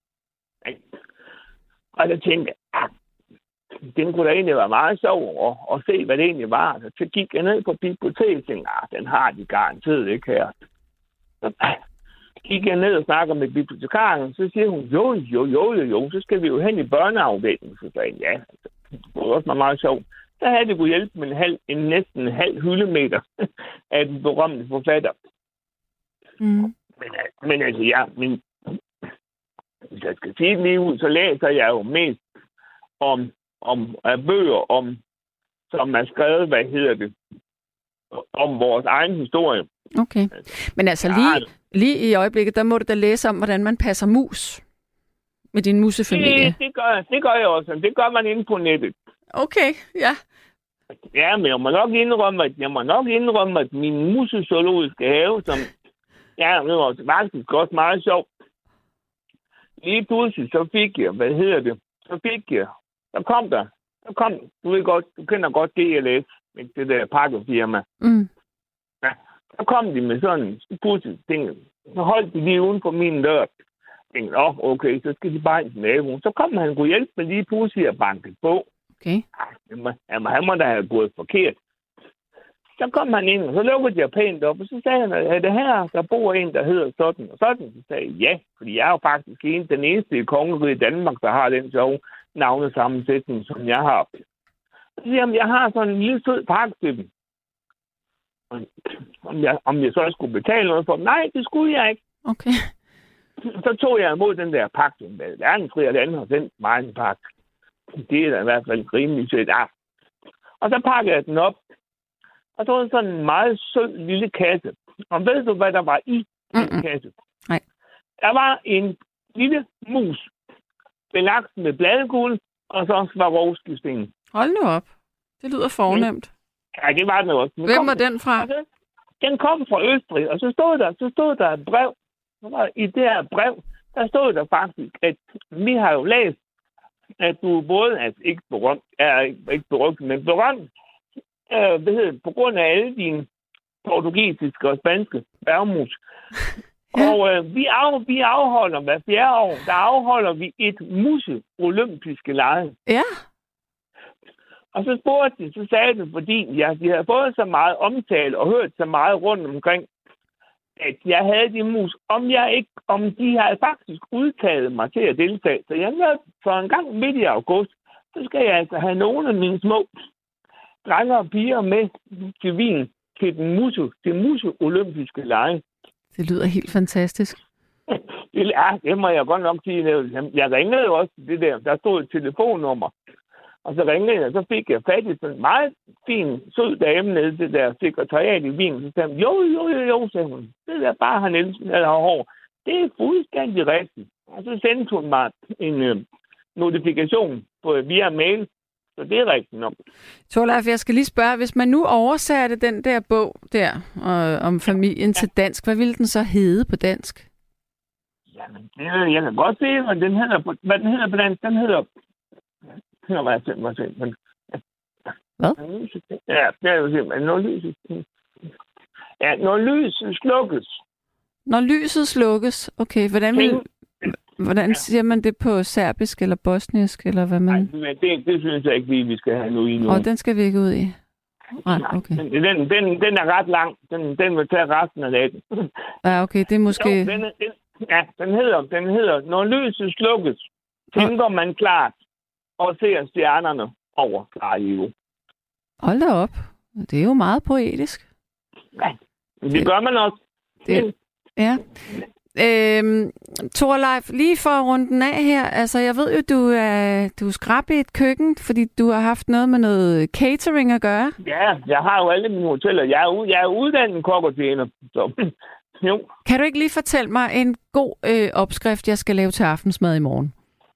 Og der tænkte jeg, ah, den kunne da egentlig være meget sjov at, at se, hvad det egentlig var. Så gik jeg ned på biblioteket og tænkte, ah, den har de garanteret ikke her. Så gik jeg ned og snakker med bibliotekaren, så siger hun, jo, jo, jo, jo, jo, så skal vi jo hen i børneafdelingen. Så sagde jeg, ja, det var også meget sjovt. Så havde det kunne hjælpe med en, halv, en næsten en halv hyldemeter af den berømte forfatter. Mm. Men, men altså, ja, men, hvis jeg skal sige det lige ud, så læser jeg jo mest om om uh, bøger, om, som er skrevet, hvad hedder det, om vores egen historie. Okay. Men altså lige, lige i øjeblikket, der må du da læse om, hvordan man passer mus med din musefamilie. Det, det, gør, det gør jeg også. Det gør man inde på nettet. Okay, ja. Ja, men jeg må nok indrømme, at, jeg må nok indrømme, at min musezoologiske have, som ja, det var faktisk også meget sjovt. Lige pludselig, så fik jeg, hvad hedder det, så fik jeg Så kom der. Så kom, du ved godt, du kender godt G L S, ikke det der pakkefirma. Mm. Ja, så kom de med sådan en pudsig ting. Så holdt de lige uden for min dør. Jeg tænkte, åh, oh, okay, så skal de bare ind til naboen. Så kom han kunne hjælpe med lige pludselig at banke på. Okay. Jamen, han må da have gået forkert. Så kom han ind, og så lukkede jeg pænt op, og så sagde han, at det her, der bor en, der hedder sådan og sådan. Så sagde jeg, ja, fordi jeg er jo faktisk en, den eneste i kongeriget i Danmark, der har den sjove navnesammensætning, som jeg har. Så siger jeg, jeg har sådan en lille sød pakke til dem. Om jeg, om jeg så skulle betale noget for dem? Nej, det skulle jeg ikke. Okay. Så tog jeg imod den der pakke, med verdensfri og andet har sendt mig en pakke. Det er da i hvert fald rimelig sødt. Ja. Og så pakkede jeg den op. Og så var sådan en meget sød lille kasse. Og ved du, hvad der var i den Mm-mm. kasse? Nej. Der var en lille mus, belagt med bladeguld, og så var rovskistingen. Hold nu op. Det lyder fornemt. Ja, det var den også. Den Hvem var den fra? Altså, den kom fra Østrig, og så stod der, så stod der et brev. Så var, i det her brev, der stod der faktisk, at vi har jo læst, at du både, altså ikke berømt, er ikke, ikke berømt, men berømt, øh, hvad hedder, på grund af alle dine portugisiske og spanske værmus. Ja. Og øh, vi, af, vi afholder hver fjerde år, der afholder vi et musse-olympiske lege. Ja. Og så spurgte de, så sagde det, fordi ja, de havde fået så meget omtale og hørt så meget rundt omkring, at jeg havde de mus, om jeg ikke, om de havde faktisk udtaget mig til at deltage. Så jeg ved, for en gang midt i august, så skal jeg altså have nogle af mine små drenge og piger med til Wien til den musse, til musse-olympiske lege. Det lyder helt fantastisk. det, ja, det må jeg godt nok sige. Jeg ringede jo også det der, der stod et telefonnummer. Og så ringede jeg, så fik jeg fat i sådan en meget fin, sød dame nede til der sekretariat i Wien. Så sagde hun, jo, jo, jo, jo, sagde hun. Det er bare, han elsker, eller har hår. Det er fuldstændig rigtigt. Og så sendte hun mig en øh, notifikation på, via mail. Så det er rigtigt nok. Thorleif, jeg skal lige spørge, hvis man nu oversatte den der bog der øh, om familien ja. til dansk, hvad ville den så hedde på dansk? Jamen, det, jeg kan godt se, hvad den hedder på, hvad den hedder på dansk. Den hedder... Hør, hvad jeg selv må se. Men... Hvad? Ja, det er jo simpelthen. Når lyset... Ja, når lyset slukkes. Når lyset slukkes? Okay, hvordan vil... Hvordan siger man det på serbisk eller bosnisk, eller hvad man... Nej, det, det synes jeg ikke, vi skal have nu i nu. Og den skal vi ikke ud i? Nej, okay. Den, den, den, den er ret lang. Den, den vil tage resten af dagen. Ja, okay, det er måske... Jo, den, den, ja, den hedder, den hedder, når lyset slukkes, tænker man klart og ser stjernerne over Sarajevo. Hold da op. Det er jo meget poetisk. Ja, det, det gør man også. Det, ja. Øhm, Thorleif, lige for at runde den af her, altså jeg ved jo, du er, du er skrab i et køkken, fordi du har haft noget med noget catering at gøre. Ja, jeg har jo alle mine hoteller. Jeg er, jeg er uddannet kok og tjener. Så, jo. Kan du ikke lige fortælle mig en god øh, opskrift, jeg skal lave til aftensmad i morgen?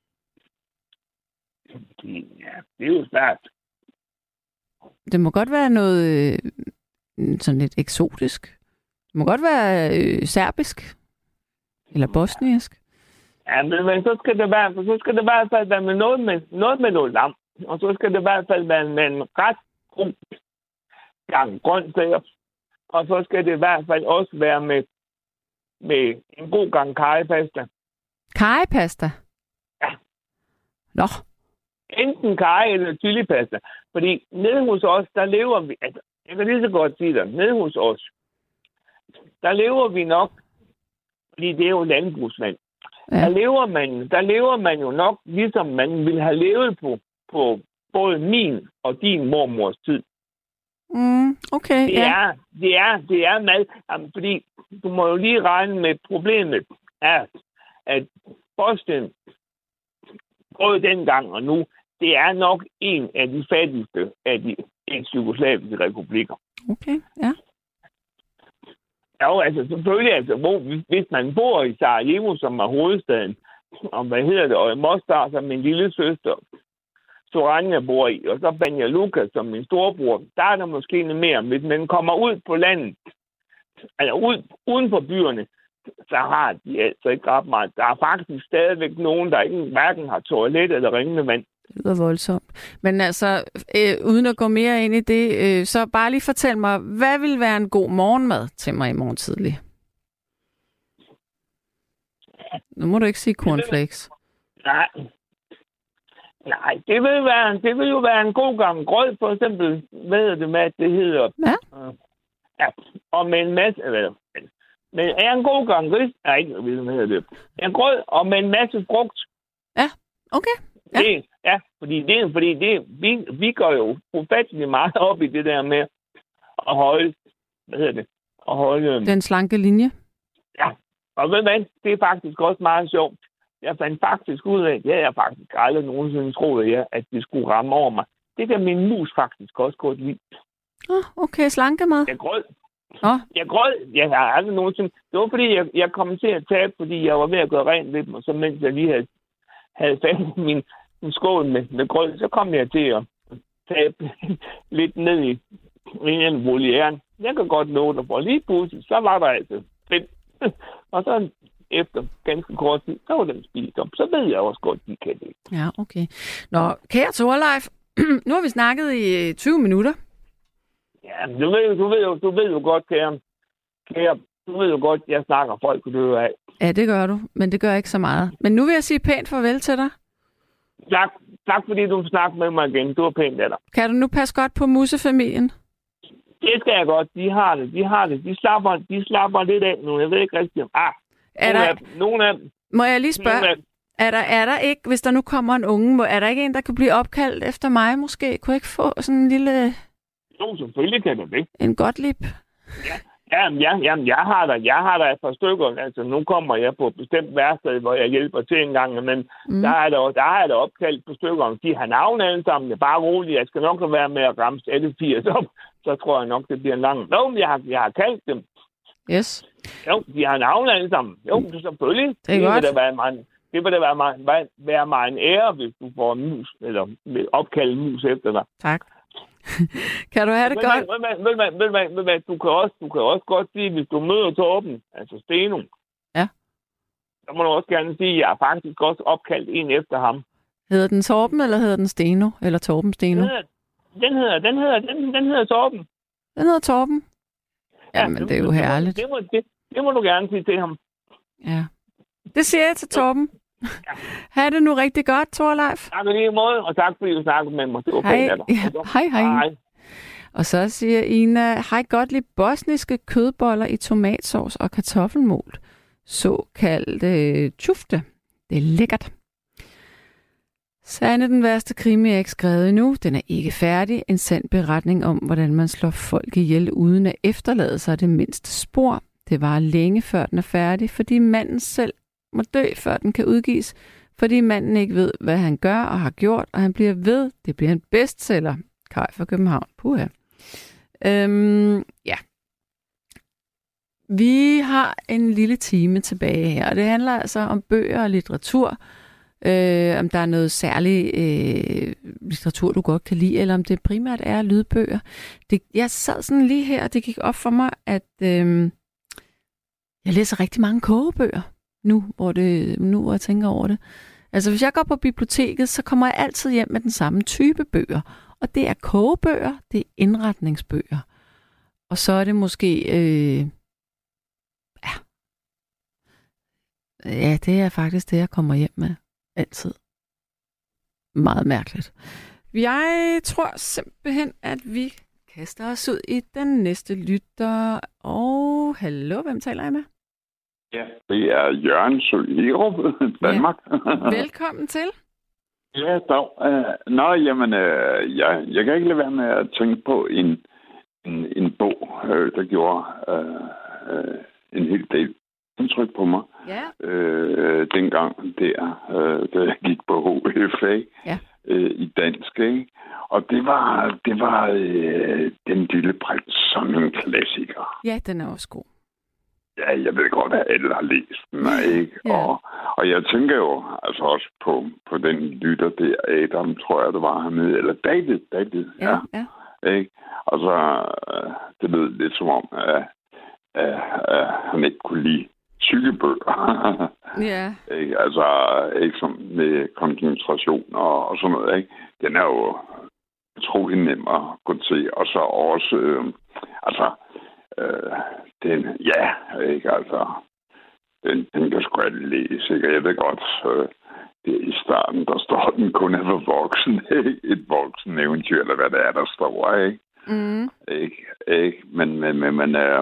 Ja, det er jo svært. Det må godt være noget øh, sådan lidt eksotisk. Det må godt være øh, serbisk. Eller bosnisk? Ja, men, men så skal det være, så skal det i hvert fald være med noget med noget med noget lam. Og så skal det i hvert fald være med en ret god gang grøntsager. Og så skal det i hvert fald også være med, med en god gang karrypasta. Karrypasta? Ja. Nå. Enten karry eller chilipasta. Fordi nede hos os, der lever vi... Altså, jeg kan lige så godt sige det. Nede hos os, der lever vi nok, fordi det er jo landbrugsland. Ja. Der, lever man, der lever man jo nok, ligesom man ville have levet på, på både min og din mormors tid. Mm, okay, det, ja. er, det, er, det er mad. Jamen, fordi du må jo lige regne med problemet, er, at Bosnien, både dengang og nu, det er nok en af de fattigste af de eks-jugoslaviske republikker. Okay, ja. Ja, altså selvfølgelig, altså, hvor, hvis man bor i Sarajevo, som er hovedstaden, og hvad hedder det, og i Mostar, som min lille søster, Soranja bor i, og så Banja Luka, som min storebror, der er der måske noget mere. Hvis man kommer ud på landet, altså ud, uden for byerne, så har de altså ikke ret meget. Der er faktisk stadigvæk nogen, der ikke hverken har toilet eller rindende vand. Det lyder voldsomt. Men altså, øh, uden at gå mere ind i det, øh, så bare lige fortæl mig, hvad vil være en god morgenmad til mig i morgen tidlig? Nu må du ikke sige cornflakes. Nej. Nej, det vil, være, det vil jo være en god gang grød, for eksempel. Hvad hedder det med, det hedder? Ja. Øh, ja, og med en masse... Eller, men er en god gang ris... Nej, ikke, hvad hedder det? En grød og med en masse frugt. Ja, okay. Ja, det, ja fordi, det, fordi det, vi, vi går jo ufattelig meget op i det der med at holde... Hvad hedder det? At holde... Den slanke linje. Ja, og ved du hvad? Det er faktisk også meget sjovt. Jeg fandt faktisk ud af, ja, jeg faktisk aldrig nogensinde troede, ja, at det skulle ramme over mig. Det kan min mus faktisk også godt lide. Oh, okay, slankemad. Jeg grød. Oh. Jeg grød. Jeg har aldrig nogensinde... Det var fordi, jeg, jeg kom til at tabe, fordi jeg var ved at gøre rent lidt, og så mens jeg lige havde, havde fat i min, min skål med, med grød, så kom jeg til at tabe lidt ned i en volieren. Jeg kan godt nå det, for lige pludselig, så var der altså fedt. Og så efter ganske kort tid, så var den spist op. Så ved jeg også godt, de kan det. Ja, okay. Nå, kære Torleif, nu har vi snakket i tyve minutter. Ja, du ved, du ved, jo, du ved jo godt, kære, kære, du ved jo godt, jeg snakker folk og dør af. Ja, det gør du, men det gør ikke så meget. Men nu vil jeg sige pænt farvel til dig. Tak, tak fordi du snakker med mig igen. Du er pænt af dig. Kan du nu passe godt på musefamilien? Det skal jeg godt. De har det. De har det. De slapper, de slapper lidt af nu. Jeg ved ikke rigtig. Ah, er nogle, der... af dem, nogle af dem. Må jeg lige spørge, er der, er der ikke, hvis der nu kommer en unge, er der ikke en, der kan blive opkaldt efter mig måske? Kunne jeg ikke få sådan en lille... Jo, selvfølgelig kan du det. En Gottlieb? Ja. Jamen, ja, jamen, jeg har der, jeg har der et par stykker. Altså, nu kommer jeg på et bestemt værsted, hvor jeg hjælper til en gang, men mm. der er der, der er der opkaldt på stykker. De har navn alle sammen. Det er bare roligt. Jeg skal nok være med at ramme alle firs op. Så tror jeg nok, det bliver en lang. Nå, men jeg har, jeg har kaldt dem. Yes. Jo, de har navn alle sammen. Jo, mm. selvfølgelig. Det er det godt. Vil være mig, det vil da være mig, være mig en ære, hvis du får en mus, eller opkalde en mus efter dig. Tak. Kan du have det men, godt? Men, men, men, men, men, men, men du, kan også, du kan også godt sige, hvis du møder Torben, altså Steno, ja. så må du også gerne sige, at jeg har faktisk også opkaldt en efter ham. Hedder den Torben, eller hedder den Steno? Eller Torben Steno? Den hedder, den hedder, den hedder, den, den hedder Torben. Den hedder Torben? Jamen, ja, det, det er jo herligt. Det må, det, det må du gerne sige til ham. Ja. Det siger jeg til Torben. Ja. Ha' det nu rigtig godt, Torleif. Tak i lige måde, og tak fordi du snakkede med mig. Det var hej. Pænt, ja. hej, hej. Hej. Og så siger Ina, hej Gottlieb, bosniske kødboller i tomatsauce og kartoffelmol. Såkaldt øh, tjufte. Det er lækkert. Sande den værste krimi, jeg ikke skrevet endnu. Den er ikke færdig. En sand beretning om, hvordan man slår folk ihjel uden at efterlade sig det mindste spor. Det var længe før den er færdig, fordi manden selv må dø, før den kan udgives. Fordi manden ikke ved, hvad han gør og har gjort, og han bliver ved. Det bliver en bestseller. Kaj fra København. Puha. Øhm, ja. Vi har en lille time tilbage her, og det handler altså om bøger og litteratur. Øh, om der er noget særligt øh, litteratur, du godt kan lide, eller om det primært er lydbøger. Det, jeg sad sådan lige her, og det gik op for mig, at øh, jeg læser rigtig mange kogebøger nu, hvor, det, nu, hvor jeg tænker over det. Altså, hvis jeg går på biblioteket, så kommer jeg altid hjem med den samme type bøger. Og det er kogebøger, det er indretningsbøger. Og så er det måske... Øh, ja. ja, det er faktisk det, jeg kommer hjem med. Altid. Meget mærkeligt. Jeg tror simpelthen, at vi kaster os ud i den næste lytter. Og hallo, hvem taler jeg med? Ja, det er Jørgen Sølherup, Danmark. Ja. Velkommen til. Ja, dog. Uh, nå, jamen, uh, jeg, jeg kan ikke lade være med at tænke på en, en, en bog, uh, der gjorde uh, uh, en hel del indtryk på mig. Ja. Uh, dengang der, uh, da jeg gik på H F A ja. uh, i dansk, ikke? Og det var, det var uh, Den Lille Prins, som en klassiker. Ja, den er også god. Ja, jeg ved godt, at alle har læst den, ikke? ja. og, og jeg tænker jo altså også på, på den lytter der, Adam, tror jeg, det var ham med, eller David, David, ja. ja. Ikke? Altså, det lød lidt som om, at, at, at han ikke kunne lide psykebøger. ja. Ikke? Altså, ikke som med koncentration og, og sådan noget, ikke? Den er jo utrolig nem at gå til, og så også, øh, altså, Øh, den, ja, ikke, altså, den, den kan sgu ikke læse, ikke? Jeg ved godt, øh, det i starten, der står den kun er for voksen, ikke? Et voksen eventyr, eller hvad det er, der står, ikke? Mm. Ikke, ikke? Men, men, men, men øh,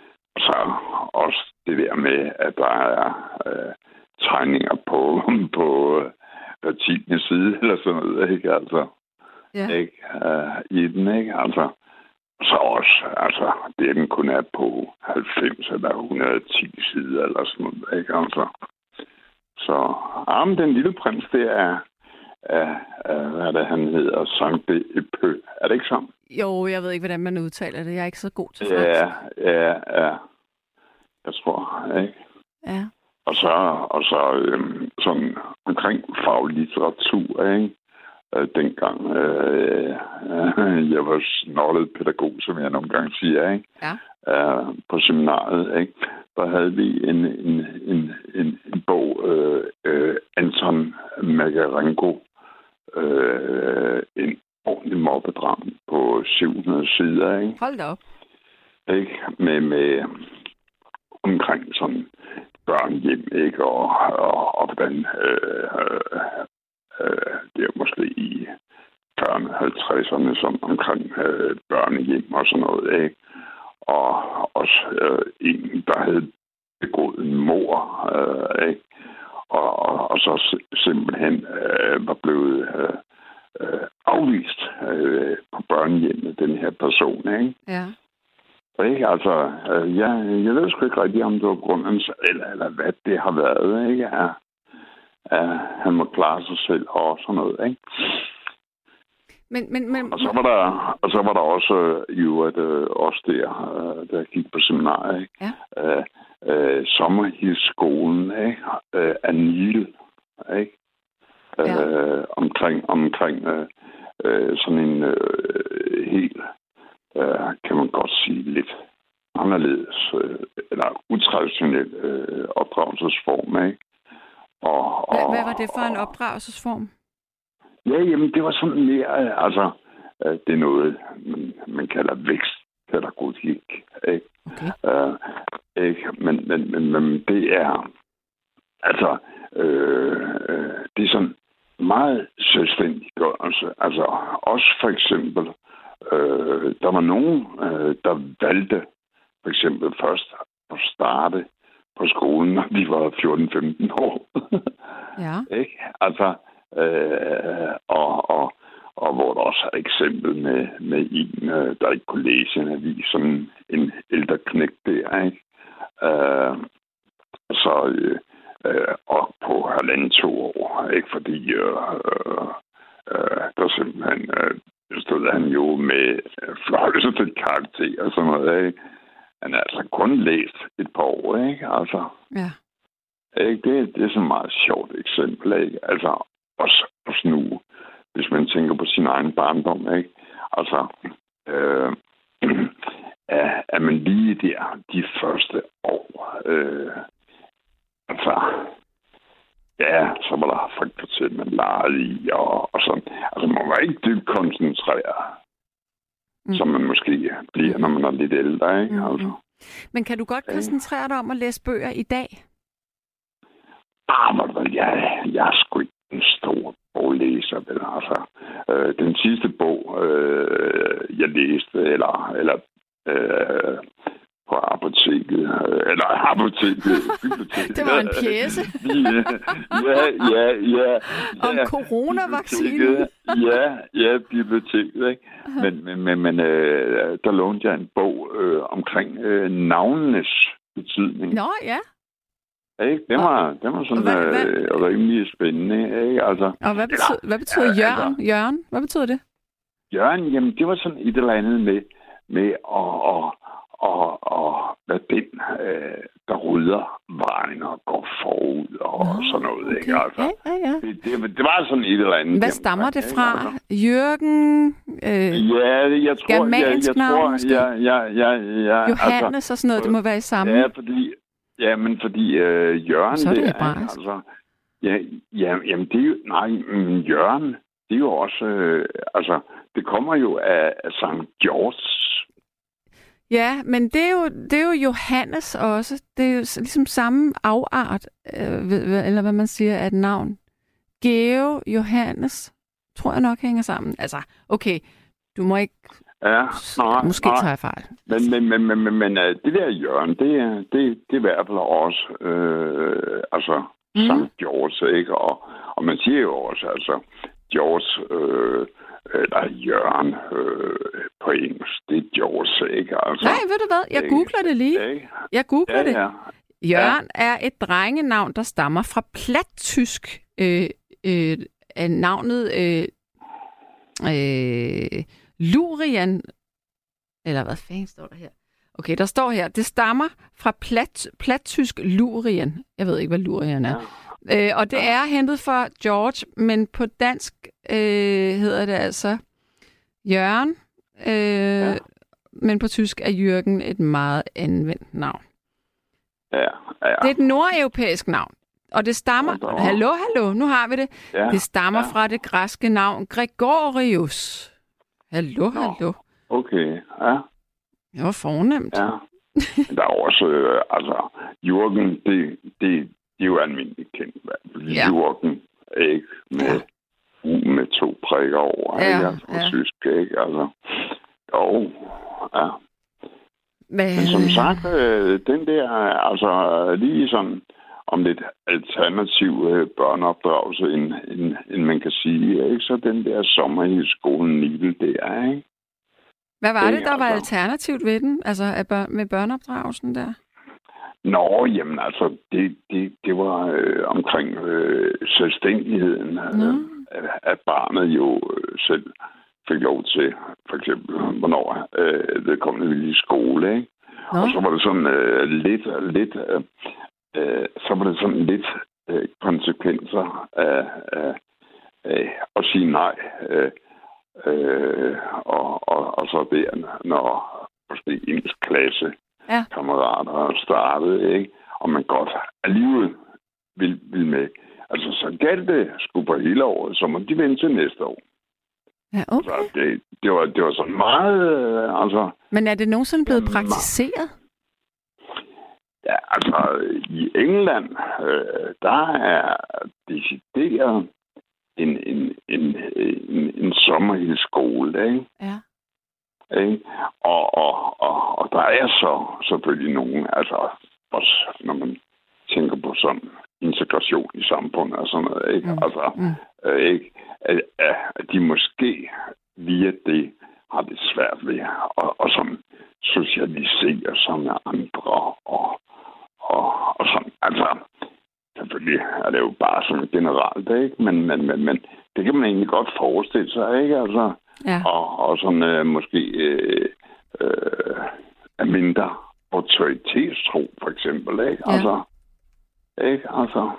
så også det der med, at der er øh, tegninger på, på hver tiende side, eller sådan noget, ikke? Altså, yeah. ikke? Øh, i den, ikke? Altså, så også, altså, det den kun er på halvfems eller et hundrede og ti sider, eller sådan noget, ikke? Altså, så, armen, Den Lille Prins, det er, er, er hvad er det, han hedder, Sankt Epø. Er det ikke sådan? Jo, jeg ved ikke, hvordan man udtaler det. Jeg er ikke så god til fransk. Ja, ja, ja. Jeg tror, ikke? Ja. Og så, og så øhm, sådan omkring faglitteratur, ikke? Øh, dengang øh, øh, jeg var snollet pædagog, som jeg nogle gange siger, ikke? Ja. Øh, på seminariet, ikke? Der havde vi en, en, en, Rikke Ringo øh, en ordentlig mobbedram på syv hundrede sider, ikke? Hold da op. Ikke? Med, med omkring sådan børnehjem, ikke? Og, og, og hvordan øh, øh, det er måske i fyrrerne, halvtredserne, som omkring øh, børnehjem og sådan noget, ikke? Og også øh, en, der havde begået en mord, øh, ikke? Og, og, og så simpelthen øh, var blevet øh, øh, afvist øh, på børnehjemmet, den her person, ikke? Ja. Og ikke, altså, øh, jeg, jeg ved sgu ikke rigtig, om det var grunden, eller, eller hvad det har været, ikke? At, at han må klare sig selv og sådan noget, ikke? Men, men, men, og, så var der, og så var der også jo at øh, også der, øh, der gik på seminariet, ikke? Ja. Øh, øh, sommerhildsskolen, ikke? Øh, Anil, ikke? Ja. Øh, omkring omkring øh, øh, sådan en øh, helt, øh, kan man godt sige, lidt anderledes, øh, eller utraditionel øh, opdragelsesform, ikke? Og, og, hvad, hvad var det for en opdragelsesform? Ja, jamen, det var sådan mere, altså, øh, det er noget, man, man kalder vækstpædagogik, ikke? Okay. Øh, ikke? Men, men, men, men det er, altså, øh, øh, det er sådan meget selvstændiggørelse. Altså, også for eksempel, øh, der var nogen, øh, der valgte for eksempel først at starte på skolen, når de var fjorten femten år. Ja. Ikke? Altså, Øh, og, og, og hvor der også er et eksempel med, med en, øh, der ikke kunne læse en avis, som en ældre knægt der, ikke? Øh, så øh, øh, og på halvanden to år, ikke? Fordi øh, øh, der simpelthen øh, stod han jo med øh, fløjse til karakter og sådan noget, ikke? Han har altså kun læst et par år, ikke? Altså, ja. Ikke? Det, det er sådan et meget sjovt eksempel, ikke? Altså, Også, også nu, hvis man tænker på sin egen barndom, ikke? Altså, øh, er, er man lige der de første år, øh, altså, ja, så var der frikvarter, man legede i, og, og sådan. Altså, man var ikke dybt koncentreret, mm. som man måske bliver, når man er lidt ældre, ikke? Mm-hmm. Altså. Men kan du godt koncentrere dig om at læse bøger i dag? Ah, men jeg, jeg er sgu ikke en stor boglæser, vel, altså. Øh, den sidste bog, øh, jeg læste, eller, eller øh, på apoteket, øh, eller apoteket, biblioteket. Det var en pjece. ja, ja, ja. Om ja, coronavaccinen. ja, ja, biblioteket, ikke? Men, men, men, men øh, der lånte jeg en bog øh, omkring øh, navnenes betydning. Nå, ja. Ikke? Det var, det var sådan hvad, hvad? Øh, rimelig spændende. Ikke? Altså, og hvad betyder, eller, hvad betyder ja, Jørgen? Altså, Jørgen? Hvad betyder det? Jørgen, jamen det var sådan et eller andet med, med at, at, at, at være den, øh, der rydder vejen og går forud og Nå, sådan noget. Okay. Ikke? Altså, ja, ja, ja. Det, det, det var sådan et eller andet. Hvad stammer det fra? Altså. Jørgen? Øh, ja, jeg tror... Germansk jeg, jeg navn? Tror, ja, ja, ja, ja, Johannes altså, og sådan noget, det må være i samme. Ja, fordi... Ja, men fordi øh, Jørgen... Så er det der, hebraisk. Altså, ja, ja, jamen det er jo... Nej, men Jørgen, det er jo også... Øh, altså, det kommer jo af, af Sankt George. Ja, men det er, jo, det er jo Johannes også. Det er jo ligesom samme afart, øh, eller hvad man siger, af et navn. Geo, Johannes, tror jeg nok hænger sammen. Altså, okay, du må ikke... Ja, nej, måske nej. tager jeg fejl. Men, men, men, men, men, men det der Jørgen, det er, det, det er i hvert fald også, øh, altså, mm. Sankt George, ikke? Og, og man siger jo også, altså, George, øh, eller Jørgen øh, på engelsk, det er George, ikke? Altså, nej, ved du hvad? Jeg googler det lige. Ikke? Jeg googler ja, det. Ja. Jørgen ja. er et drengenavn, der stammer fra plattysk. Øh, øh, navnet øh, øh, Lurien, eller hvad fanden står der her? Okay, der står her, det stammer fra plat, plattysk Lurien. Jeg ved ikke, hvad Lurien er. Ja. Øh, og det er hentet fra George, men på dansk øh, hedder det altså Jørgen. Øh, ja. Men på tysk er Jørgen et meget anvendt navn. Ja, ja. Det er et nordeuropæisk navn. Og det stammer... Og der... Hallo, hallo, nu har vi det. Ja, det stammer ja. fra det græske navn Gregorius. Hallo, Nå. hallo. Okay, ja. Det var fornemt. Ja. Der er også, øh, altså, Jürgen, det, det, det er jo almindeligt kendt. Ja. Jürgen, ikke? Med, ja. med to prikker over, ja, ikke? Altså, ja. tysk, ikke? Altså, jo, ja. Men, Men som sagt, øh, den der, altså, lige sådan, om lidt alternativ øh, børneopdragelse, end, end, end man kan sige, ikke? Så den der sommer i skolen Nibel, det er, ikke? Hvad var det, det, der var altså... alternativt ved den? Altså børn, med børneopdragelsen der? Nå, jamen altså, det, det, det var øh, omkring øh, selvstændigheden, øh, at, at barnet jo øh, selv fik lov til, for eksempel, hvornår øh, vedkommende ville i skole, ikke? Nå. Og så var det sådan øh, lidt, lidt øh, øh, så var det sådan lidt øh, konsekvenser af, af, af at sige nej. Øh, øh, og, og, og så der, når måske ens klasse ja. kammerater startede, ikke? Og man godt alligevel vil, vil med. Altså, så galt det sgu på hele året, så må de vente til næste år. Ja, okay. Altså, det, det, var, det var sådan meget, øh, altså... Men er det nogensinde blevet ja, praktiseret? Ja, altså, i England, øh, der er decideret en, en, en, en, en sommerhildsskole, ikke? Ja. Ikke? Og, og, og, og der er så selvfølgelig nogen, altså også når man tænker på sådan integration i samfundet og sådan noget, ikke? Mm. Altså, mm. øh, ikke? At, at de måske via det har det svært ved at og sådan socialisere sig med andre og, og, og sådan, altså selvfølgelig er det jo bare sådan generelt, ikke? Men, men, men, men det kan man egentlig godt forestille sig, ikke? Altså, ja. og, og sådan øh, måske øh, øh, mindre autoritetstro, for eksempel, ikke? Ja. Altså, ikke? Altså,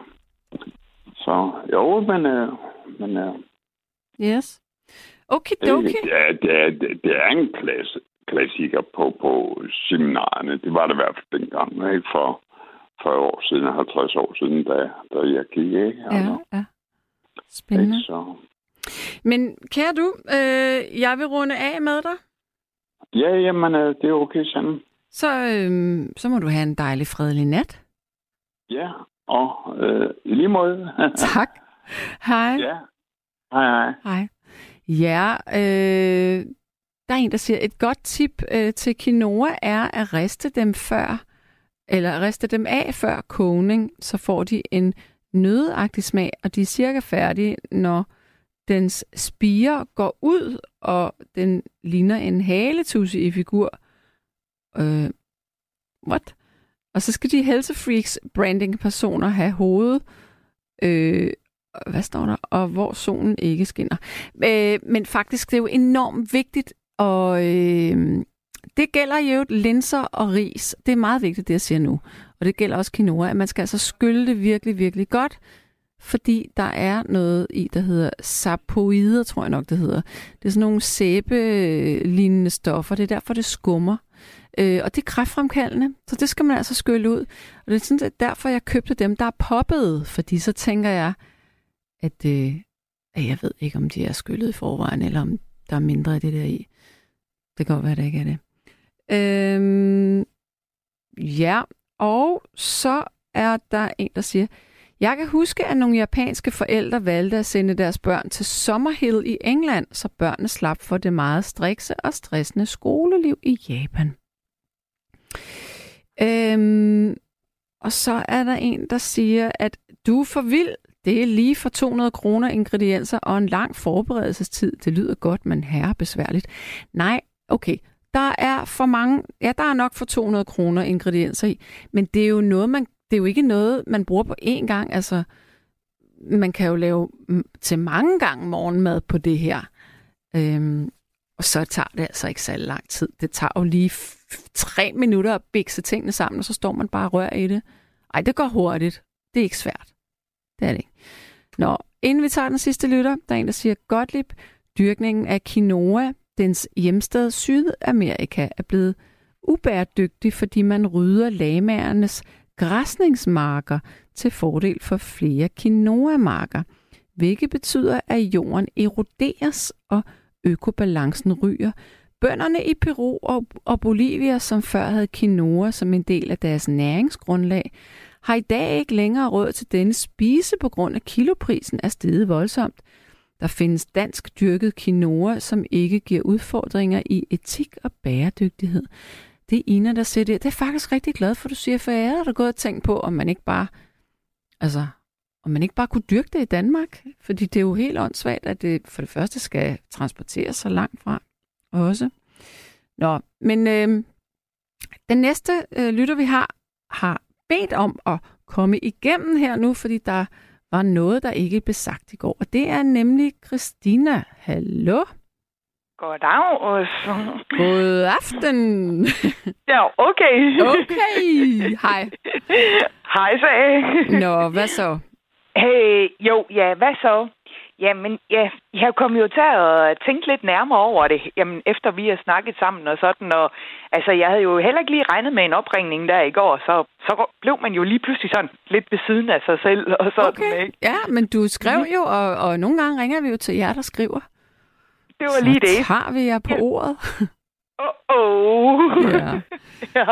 så jo, men, øh, men øh, yes. Okay, okay. Det er, det er, det er en klasse, klassiker på, på seminarerne. Det var det i hvert fald dengang, ikke? For fyrre år siden, halvtreds år siden, da, da jeg gik, ikke? Altså, ja, ja. Spændende. Ikke, så. Men kære du, øh, jeg vil runde af med dig. Ja, jamen, øh, det er okay, Sanne. Så, øh, så må du have en dejlig, fredelig nat. Ja, og øh, i lige måde. Tak. Hej. Ja, hej, hej. Hej. Ja, øh, der er en, der siger, et godt tip øh, til quinoa er at riste dem før, eller riste dem af før kogning, så får de en nøddeagtig smag, og de er cirka færdige, når dens spire går ud, og den ligner en haletusse i figur. Øh, what? Og så skal de helsefreaks branding-personer have hovedet, øh, hvad står der? Og hvor solen ikke skinner. Øh, men faktisk, det er jo enormt vigtigt, og øh, det gælder jo linser og ris. Det er meget vigtigt, det jeg siger nu. Og det gælder også quinoa, at man skal altså skylle det virkelig, virkelig godt, fordi der er noget i, der hedder sapoider, tror jeg nok, det hedder. Det er sådan nogle sæbe-lignende stoffer. Det er derfor, det skummer. Øh, og det er kræftfremkaldende, så det skal man altså skylle ud. Og det er sådan, at derfor, jeg købte dem, der er poppet, fordi så tænker jeg, at, øh, at jeg ved ikke, om de er skyllet i forvejen, eller om der er mindre af det der i. Det kan godt være, det ikke er det. Øhm, ja, og så er der en, der siger, jeg kan huske, at nogle japanske forældre valgte at sende deres børn til Summerhill i England, så børnene slap for det meget strikse og stressende skoleliv i Japan. Øhm, og så er der en, der siger, at du er for vild. Det er lige for to hundrede kroner ingredienser og en lang forberedelsestid. Det lyder godt, men herre besværligt. Nej, okay. Der er for mange, ja, der er nok for to hundrede kroner ingredienser i, men det er jo noget, man, det er jo ikke noget, man bruger på én gang. Altså, man kan jo lave til mange gange morgenmad på det her. Øhm, og så tager det altså ikke så lang tid. Det tager jo lige f- tre minutter at bikse tingene sammen, og så står man bare og rører i det. Ej, det går hurtigt. Det er ikke svært. Det er det ikke. Nå, inden vi tager den sidste lytter, der er en, der siger, Gottlieb, dyrkningen af quinoa, dens hjemsted Sydamerika, er blevet ubæredygtig, fordi man rydder lamaernes græsningsmarker til fordel for flere quinoa-marker, hvilket betyder, at jorden eroderes og økobalancen ryger. Bønderne i Peru og, og Bolivia, som før havde quinoa som en del af deres næringsgrundlag, har i dag ikke længere råd til denne spise på grund af kiloprisen er steget voldsomt. Der findes dansk dyrket quinoa, som ikke giver udfordringer i etik og bæredygtighed. Det er Ina, der siger det. Det er faktisk rigtig glad for, du siger, for jeg havde da gået og tænkt på, om man ikke bare, altså, om man ikke bare kunne dyrke det i Danmark. Fordi det er jo helt åndssvagt, at det for det første skal transporteres så langt fra også. Nå, men øh, den næste øh, lytter, vi har, har bedt om at komme igennem her nu, fordi der var noget, der ikke blev sagt i går. Og det er nemlig Christina. Hallo? Goddag, også. God aften. Ja, okay. Okay, hej. Hej, så. Nå, hvad så? Hey, jo, ja, hvad så? Jamen, ja, jeg kom jo til at tænke lidt nærmere over det, jamen, efter vi har snakket sammen og sådan, og altså, jeg havde jo heller ikke lige regnet med en opringning der i går, så, så blev man jo lige pludselig sådan lidt ved siden af sig selv og sådan, okay. Ikke? Ja, men du skrev jo, og, og nogle gange ringer vi jo til jer, der skriver. Det var lige det. Så tager vi jer på ja. ordet. Åh, oh, ja. ja.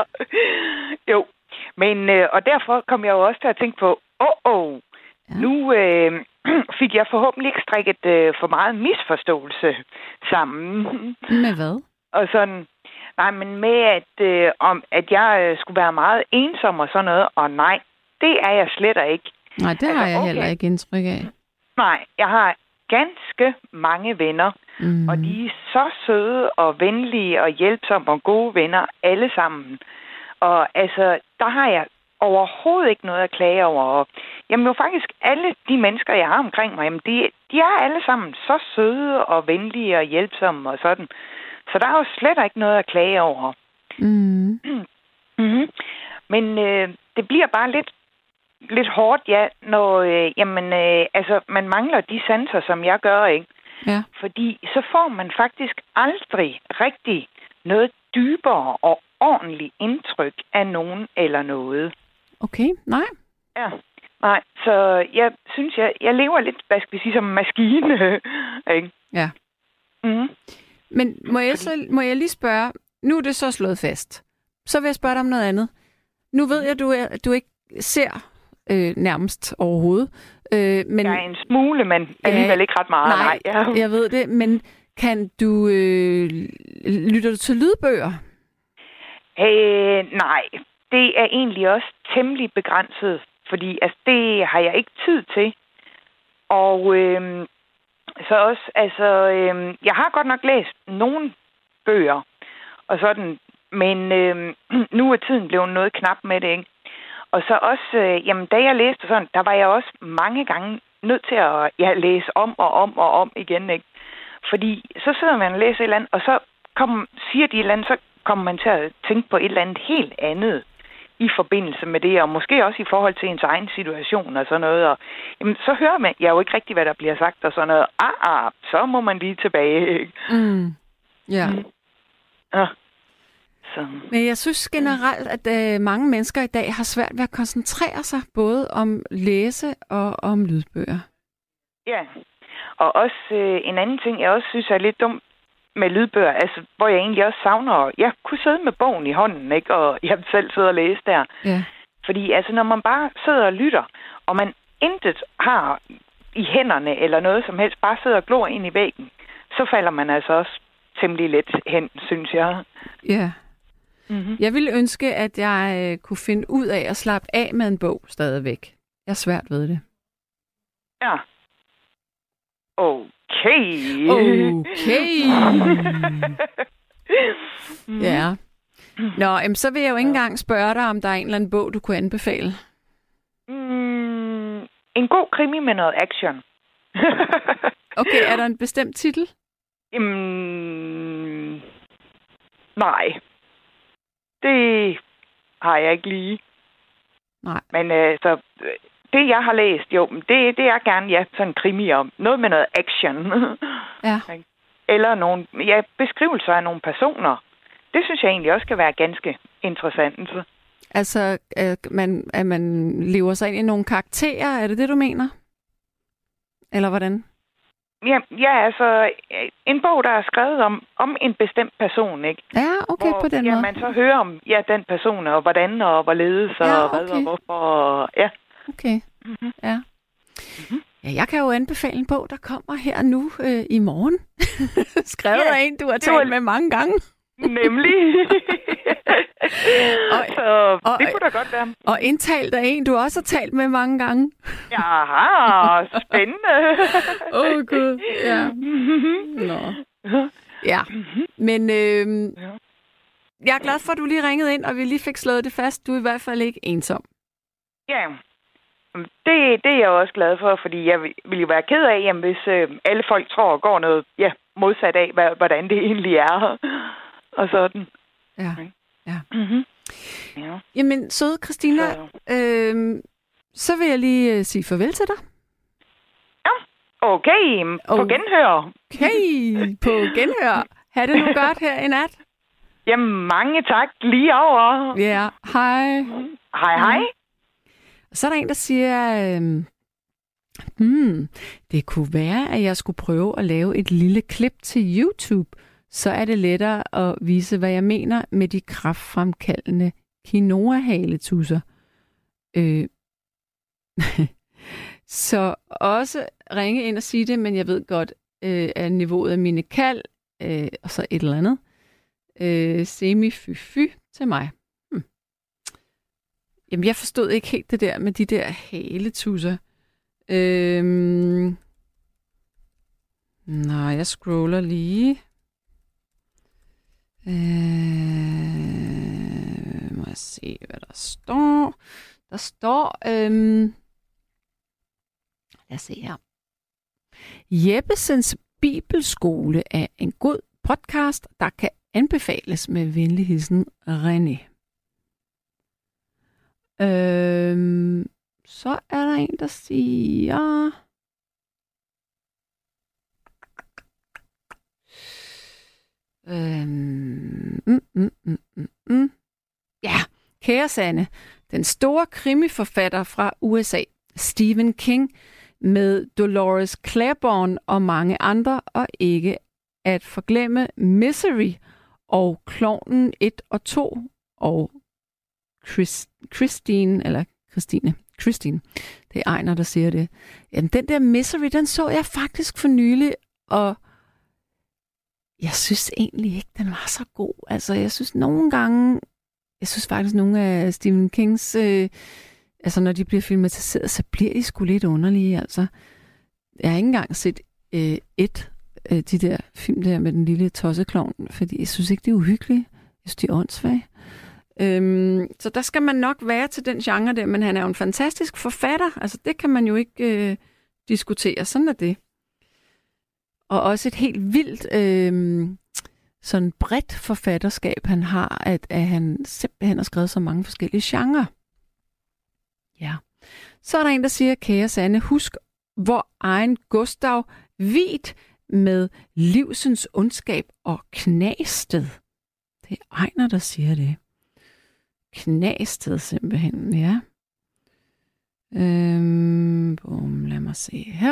Jo, men, øh, og derfor kom jeg jo også til at tænke på, åh, oh, oh. Ja. Nu øh, fik jeg forhåbentlig ikke strikket øh, for meget misforståelse sammen. Med hvad? Og sådan, nej, men med, at, øh, om, at jeg øh, skulle være meget ensom og sådan noget, og nej, det er jeg slet ikke. Nej, det har altså, jeg okay. heller ikke indtryk af. Nej, jeg har ganske mange venner, mm. og de er så søde og venlige og hjælpsomme og gode venner, alle sammen. Og altså, der har jeg overhovedet ikke noget at klage over. Og, jamen jo faktisk alle de mennesker, jeg har omkring mig, jamen, de, de er alle sammen så søde og venlige og hjælpsomme og sådan. Så der er jo slet ikke noget at klage over. Mm. Mm-hmm. Men øh, det bliver bare lidt, lidt hårdt, ja, når øh, jamen, øh, altså, man mangler de sanser, som jeg gør, ikke? Ja. Fordi så får man faktisk aldrig rigtig noget dybere og ordentligt indtryk af nogen eller noget. Okay, nej. Ja, nej, så jeg synes, jeg, jeg lever lidt, hvad skal vi sige, som en maskine, ikke? Ja. Mm. Men må jeg, så, må jeg lige spørge, nu er det så slået fast, så vil jeg spørge dig om noget andet. Nu ved jeg, at du, er, du ikke ser øh, nærmest overhovedet. Øh, men, jeg er en smule, men alligevel øh, ikke ret meget. Nej, nej ja. Jeg ved det, men kan du, øh, lytter du til lydbøger? Øh, nej, det er egentlig også temmelig begrænset, fordi altså, det har jeg ikke tid til. Og øh, så også, altså, øh, jeg har godt nok læst nogle bøger, og sådan, men øh, nu er tiden blevet noget knap med det, ikke? Og så også, øh, jamen, da jeg læste sådan, der var jeg også mange gange nødt til at ja, læse om og om og om igen, ikke? Fordi så sidder man og læser et eller andet, og så kom, siger de et eller andet, så kommer man til at tænke på et eller andet helt andet i forbindelse med det, og måske også i forhold til ens egen situation og sådan noget. Og, jamen, så hører man jeg jo ikke rigtig, hvad der bliver sagt og sådan noget. Ah, ah, så må man lige tilbage, ikke? Mm. Ja. Mm. Ja. Så. Men jeg synes generelt, at øh, mange mennesker i dag har svært ved at koncentrere sig både om læse og om lydbøger. Ja, og også øh, en anden ting, jeg også synes er lidt dumt med lydbøger, altså, hvor jeg egentlig også savner, jeg kunne sidde med bogen i hånden, ikke, og jeg selv sidder og læse der. Ja. Fordi altså, når man bare sidder og lytter, og man intet har i hænderne eller noget som helst, bare sidder og glor ind i væggen, så falder man altså også temmelig let hen, synes jeg. Ja. Mm-hmm. Jeg ville ønske, at jeg øh, kunne finde ud af at slappe af med en bog stadigvæk. Jeg er svært ved det. Ja. Okay. Okay. mm. Ja. Nå, jamen, så vil jeg jo ikke engang spørge dig, om der er en eller anden bog, du kunne anbefale. Mm, en god krimi med noget action. Okay, er der en bestemt titel? Mm, nej. Det har jeg ikke lige. Nej. Men øh, så det, jeg har læst, jo, det, det er gerne, ja, sådan en krimi om. Noget med noget action. Ja. Eller nogle, ja, beskrivelser af nogle personer. Det synes jeg egentlig også kan være ganske interessant. Altså, at man, at man lever sig ind i nogle karakterer, er det det, du mener? Eller hvordan? Ja, ja, altså en bog, der er skrevet om, om en bestemt person, ikke? Ja, okay, hvor, på den ja, måde. man så hører om ja, den person, og hvordan, og hvorledes, og ja, hvad, okay. og hvorfor, og ja. Okay, mm-hmm. ja. Mm-hmm. Ja, jeg kan jo anbefale en bog, der kommer her nu øh, i morgen. Skrevet ja, af en, du har talt var... med mange gange. Nemlig. og, så og, det kunne da godt være. Og indtalt af en, du også har talt med mange gange. Jaha, spændende. Åh, oh, Gud. Ja. Nå. Ja, men øh, jeg er glad for, at du lige ringede ind, og vi lige fik slået det fast. Du er i hvert fald ikke ensom. Ja, det, det er jeg også glad for, fordi jeg vil jo være ked af, jamen, hvis øh, alle folk tror og går noget ja, modsat af, hvad, hvordan det egentlig er. Og sådan. Ja, ja. Mm-hmm. Ja. Jamen, søde Christina, så, øh, så vil jeg lige øh, sige farvel til dig. Ja, okay. På oh. genhør. Okay, på genhør. Ha' det nu godt her i nat. Jamen, mange tak lige over. Ja, yeah. Hej. Mm. Hej, hej. Og så er der en, der siger, øh, hmm, det kunne være, at jeg skulle prøve at lave et lille klip til YouTube. Så er det lettere at vise, hvad jeg mener med de kræftfremkaldende quinoa-haletusser. Øh. Så også ringe ind og sige det, men jeg ved godt, øh, at niveauet af mine kald, øh, og så et eller andet, øh, semi-fy-fy til mig. Hm. Jamen, jeg forstod ikke helt det der med de der haletusser. Øh. Nå, jeg scroller lige. Øh, må jeg se, hvad der står. Der står, øhm, lad os se her. Jeppesens Bibelskole er en god podcast, der kan anbefales med venlig hilsen René. Øhm, så er der en, der siger... Øhm, mm, mm, mm, mm, mm. Ja, kære Sanne, den store krimiforfatter fra U S A, Stephen King, med Dolores Claiborne og mange andre, og ikke at forglemme Misery og Klovnen et og to og Chris, Christine, eller Christine, Christine, det er Ejner, der siger det. Jamen, den der Misery, den så jeg faktisk for nylig, og jeg synes egentlig ikke, den var så god. Altså, jeg synes nogle gange, jeg synes faktisk nogle af Stephen Kings, øh, altså når de bliver filmatiseret, så bliver de sgu lidt underlige, altså. Jeg har ikke engang set øh, et øh, de der film der med den lille tosseklovn, fordi jeg synes ikke, det er uhyggeligt. Jeg synes, de er åndssvage. Øhm, så der skal man nok være til den genre der, men han er jo en fantastisk forfatter. Altså, det kan man jo ikke øh, diskutere. Sådan er det. Og også et helt vildt, øh, sådan bredt forfatterskab, han har, at, at han simpelthen har skrevet så mange forskellige genrer. Ja. Så er der en, der siger, kære Sanne, husk vor egen Gustav Wied med livsens ondskab og Knasted. Det er Ejner, der siger det. Knasted simpelthen, ja. Øhm, boom, lad mig se her.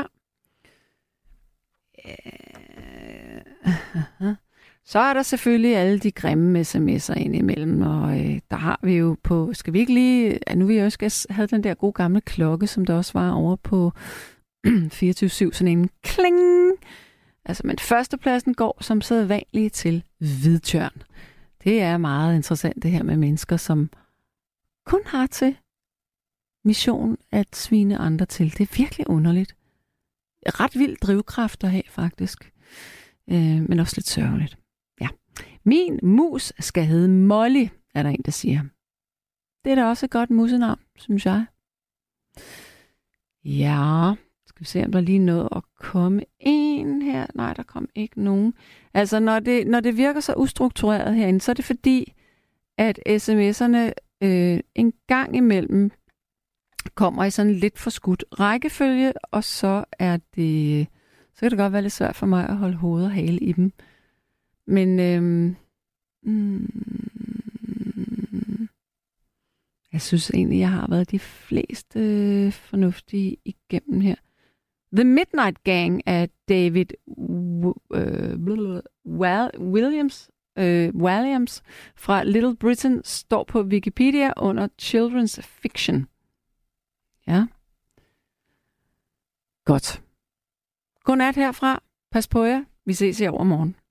Så er der selvfølgelig alle de grimme sms'er indimellem, og øh, der har vi jo på, skal vi ikke lige, ja, nu vil jeg også have den der gode gamle klokke, som der også var over på fireogtyve syv, sådan en kling. Altså, men førstepladsen går som sædvanligt til Hvidtjørn. Det er meget interessant det her med mennesker, som kun har til mission at svine andre til. Det er virkelig underligt. Ret vild drivkraft at have, faktisk. Øh, men også lidt sørgeligt. Ja. Min mus skal hedde Molly, er der en, der siger. Det er da også et godt musenavn, synes jeg. Ja, skal vi se, om der lige noget at komme en her. Nej, der kom ikke nogen. Altså, når det, når det virker så ustruktureret herinde, så er det fordi, at sms'erne øh, en gang imellem kommer i sådan lidt forskudt rækkefølge, og så er det, så kan det godt være lidt svært for mig at holde hoved og hale i dem. Men øhm, mm, Jeg synes egentlig, jeg har været de fleste øh, fornuftige igennem her. The Midnight Gang af David uh, Williams, uh, Williams fra Little Britain står på Wikipedia under Children's Fiction. Ja. Godt. Godnat herfra. Pas på jer. Vi ses i overmorgen.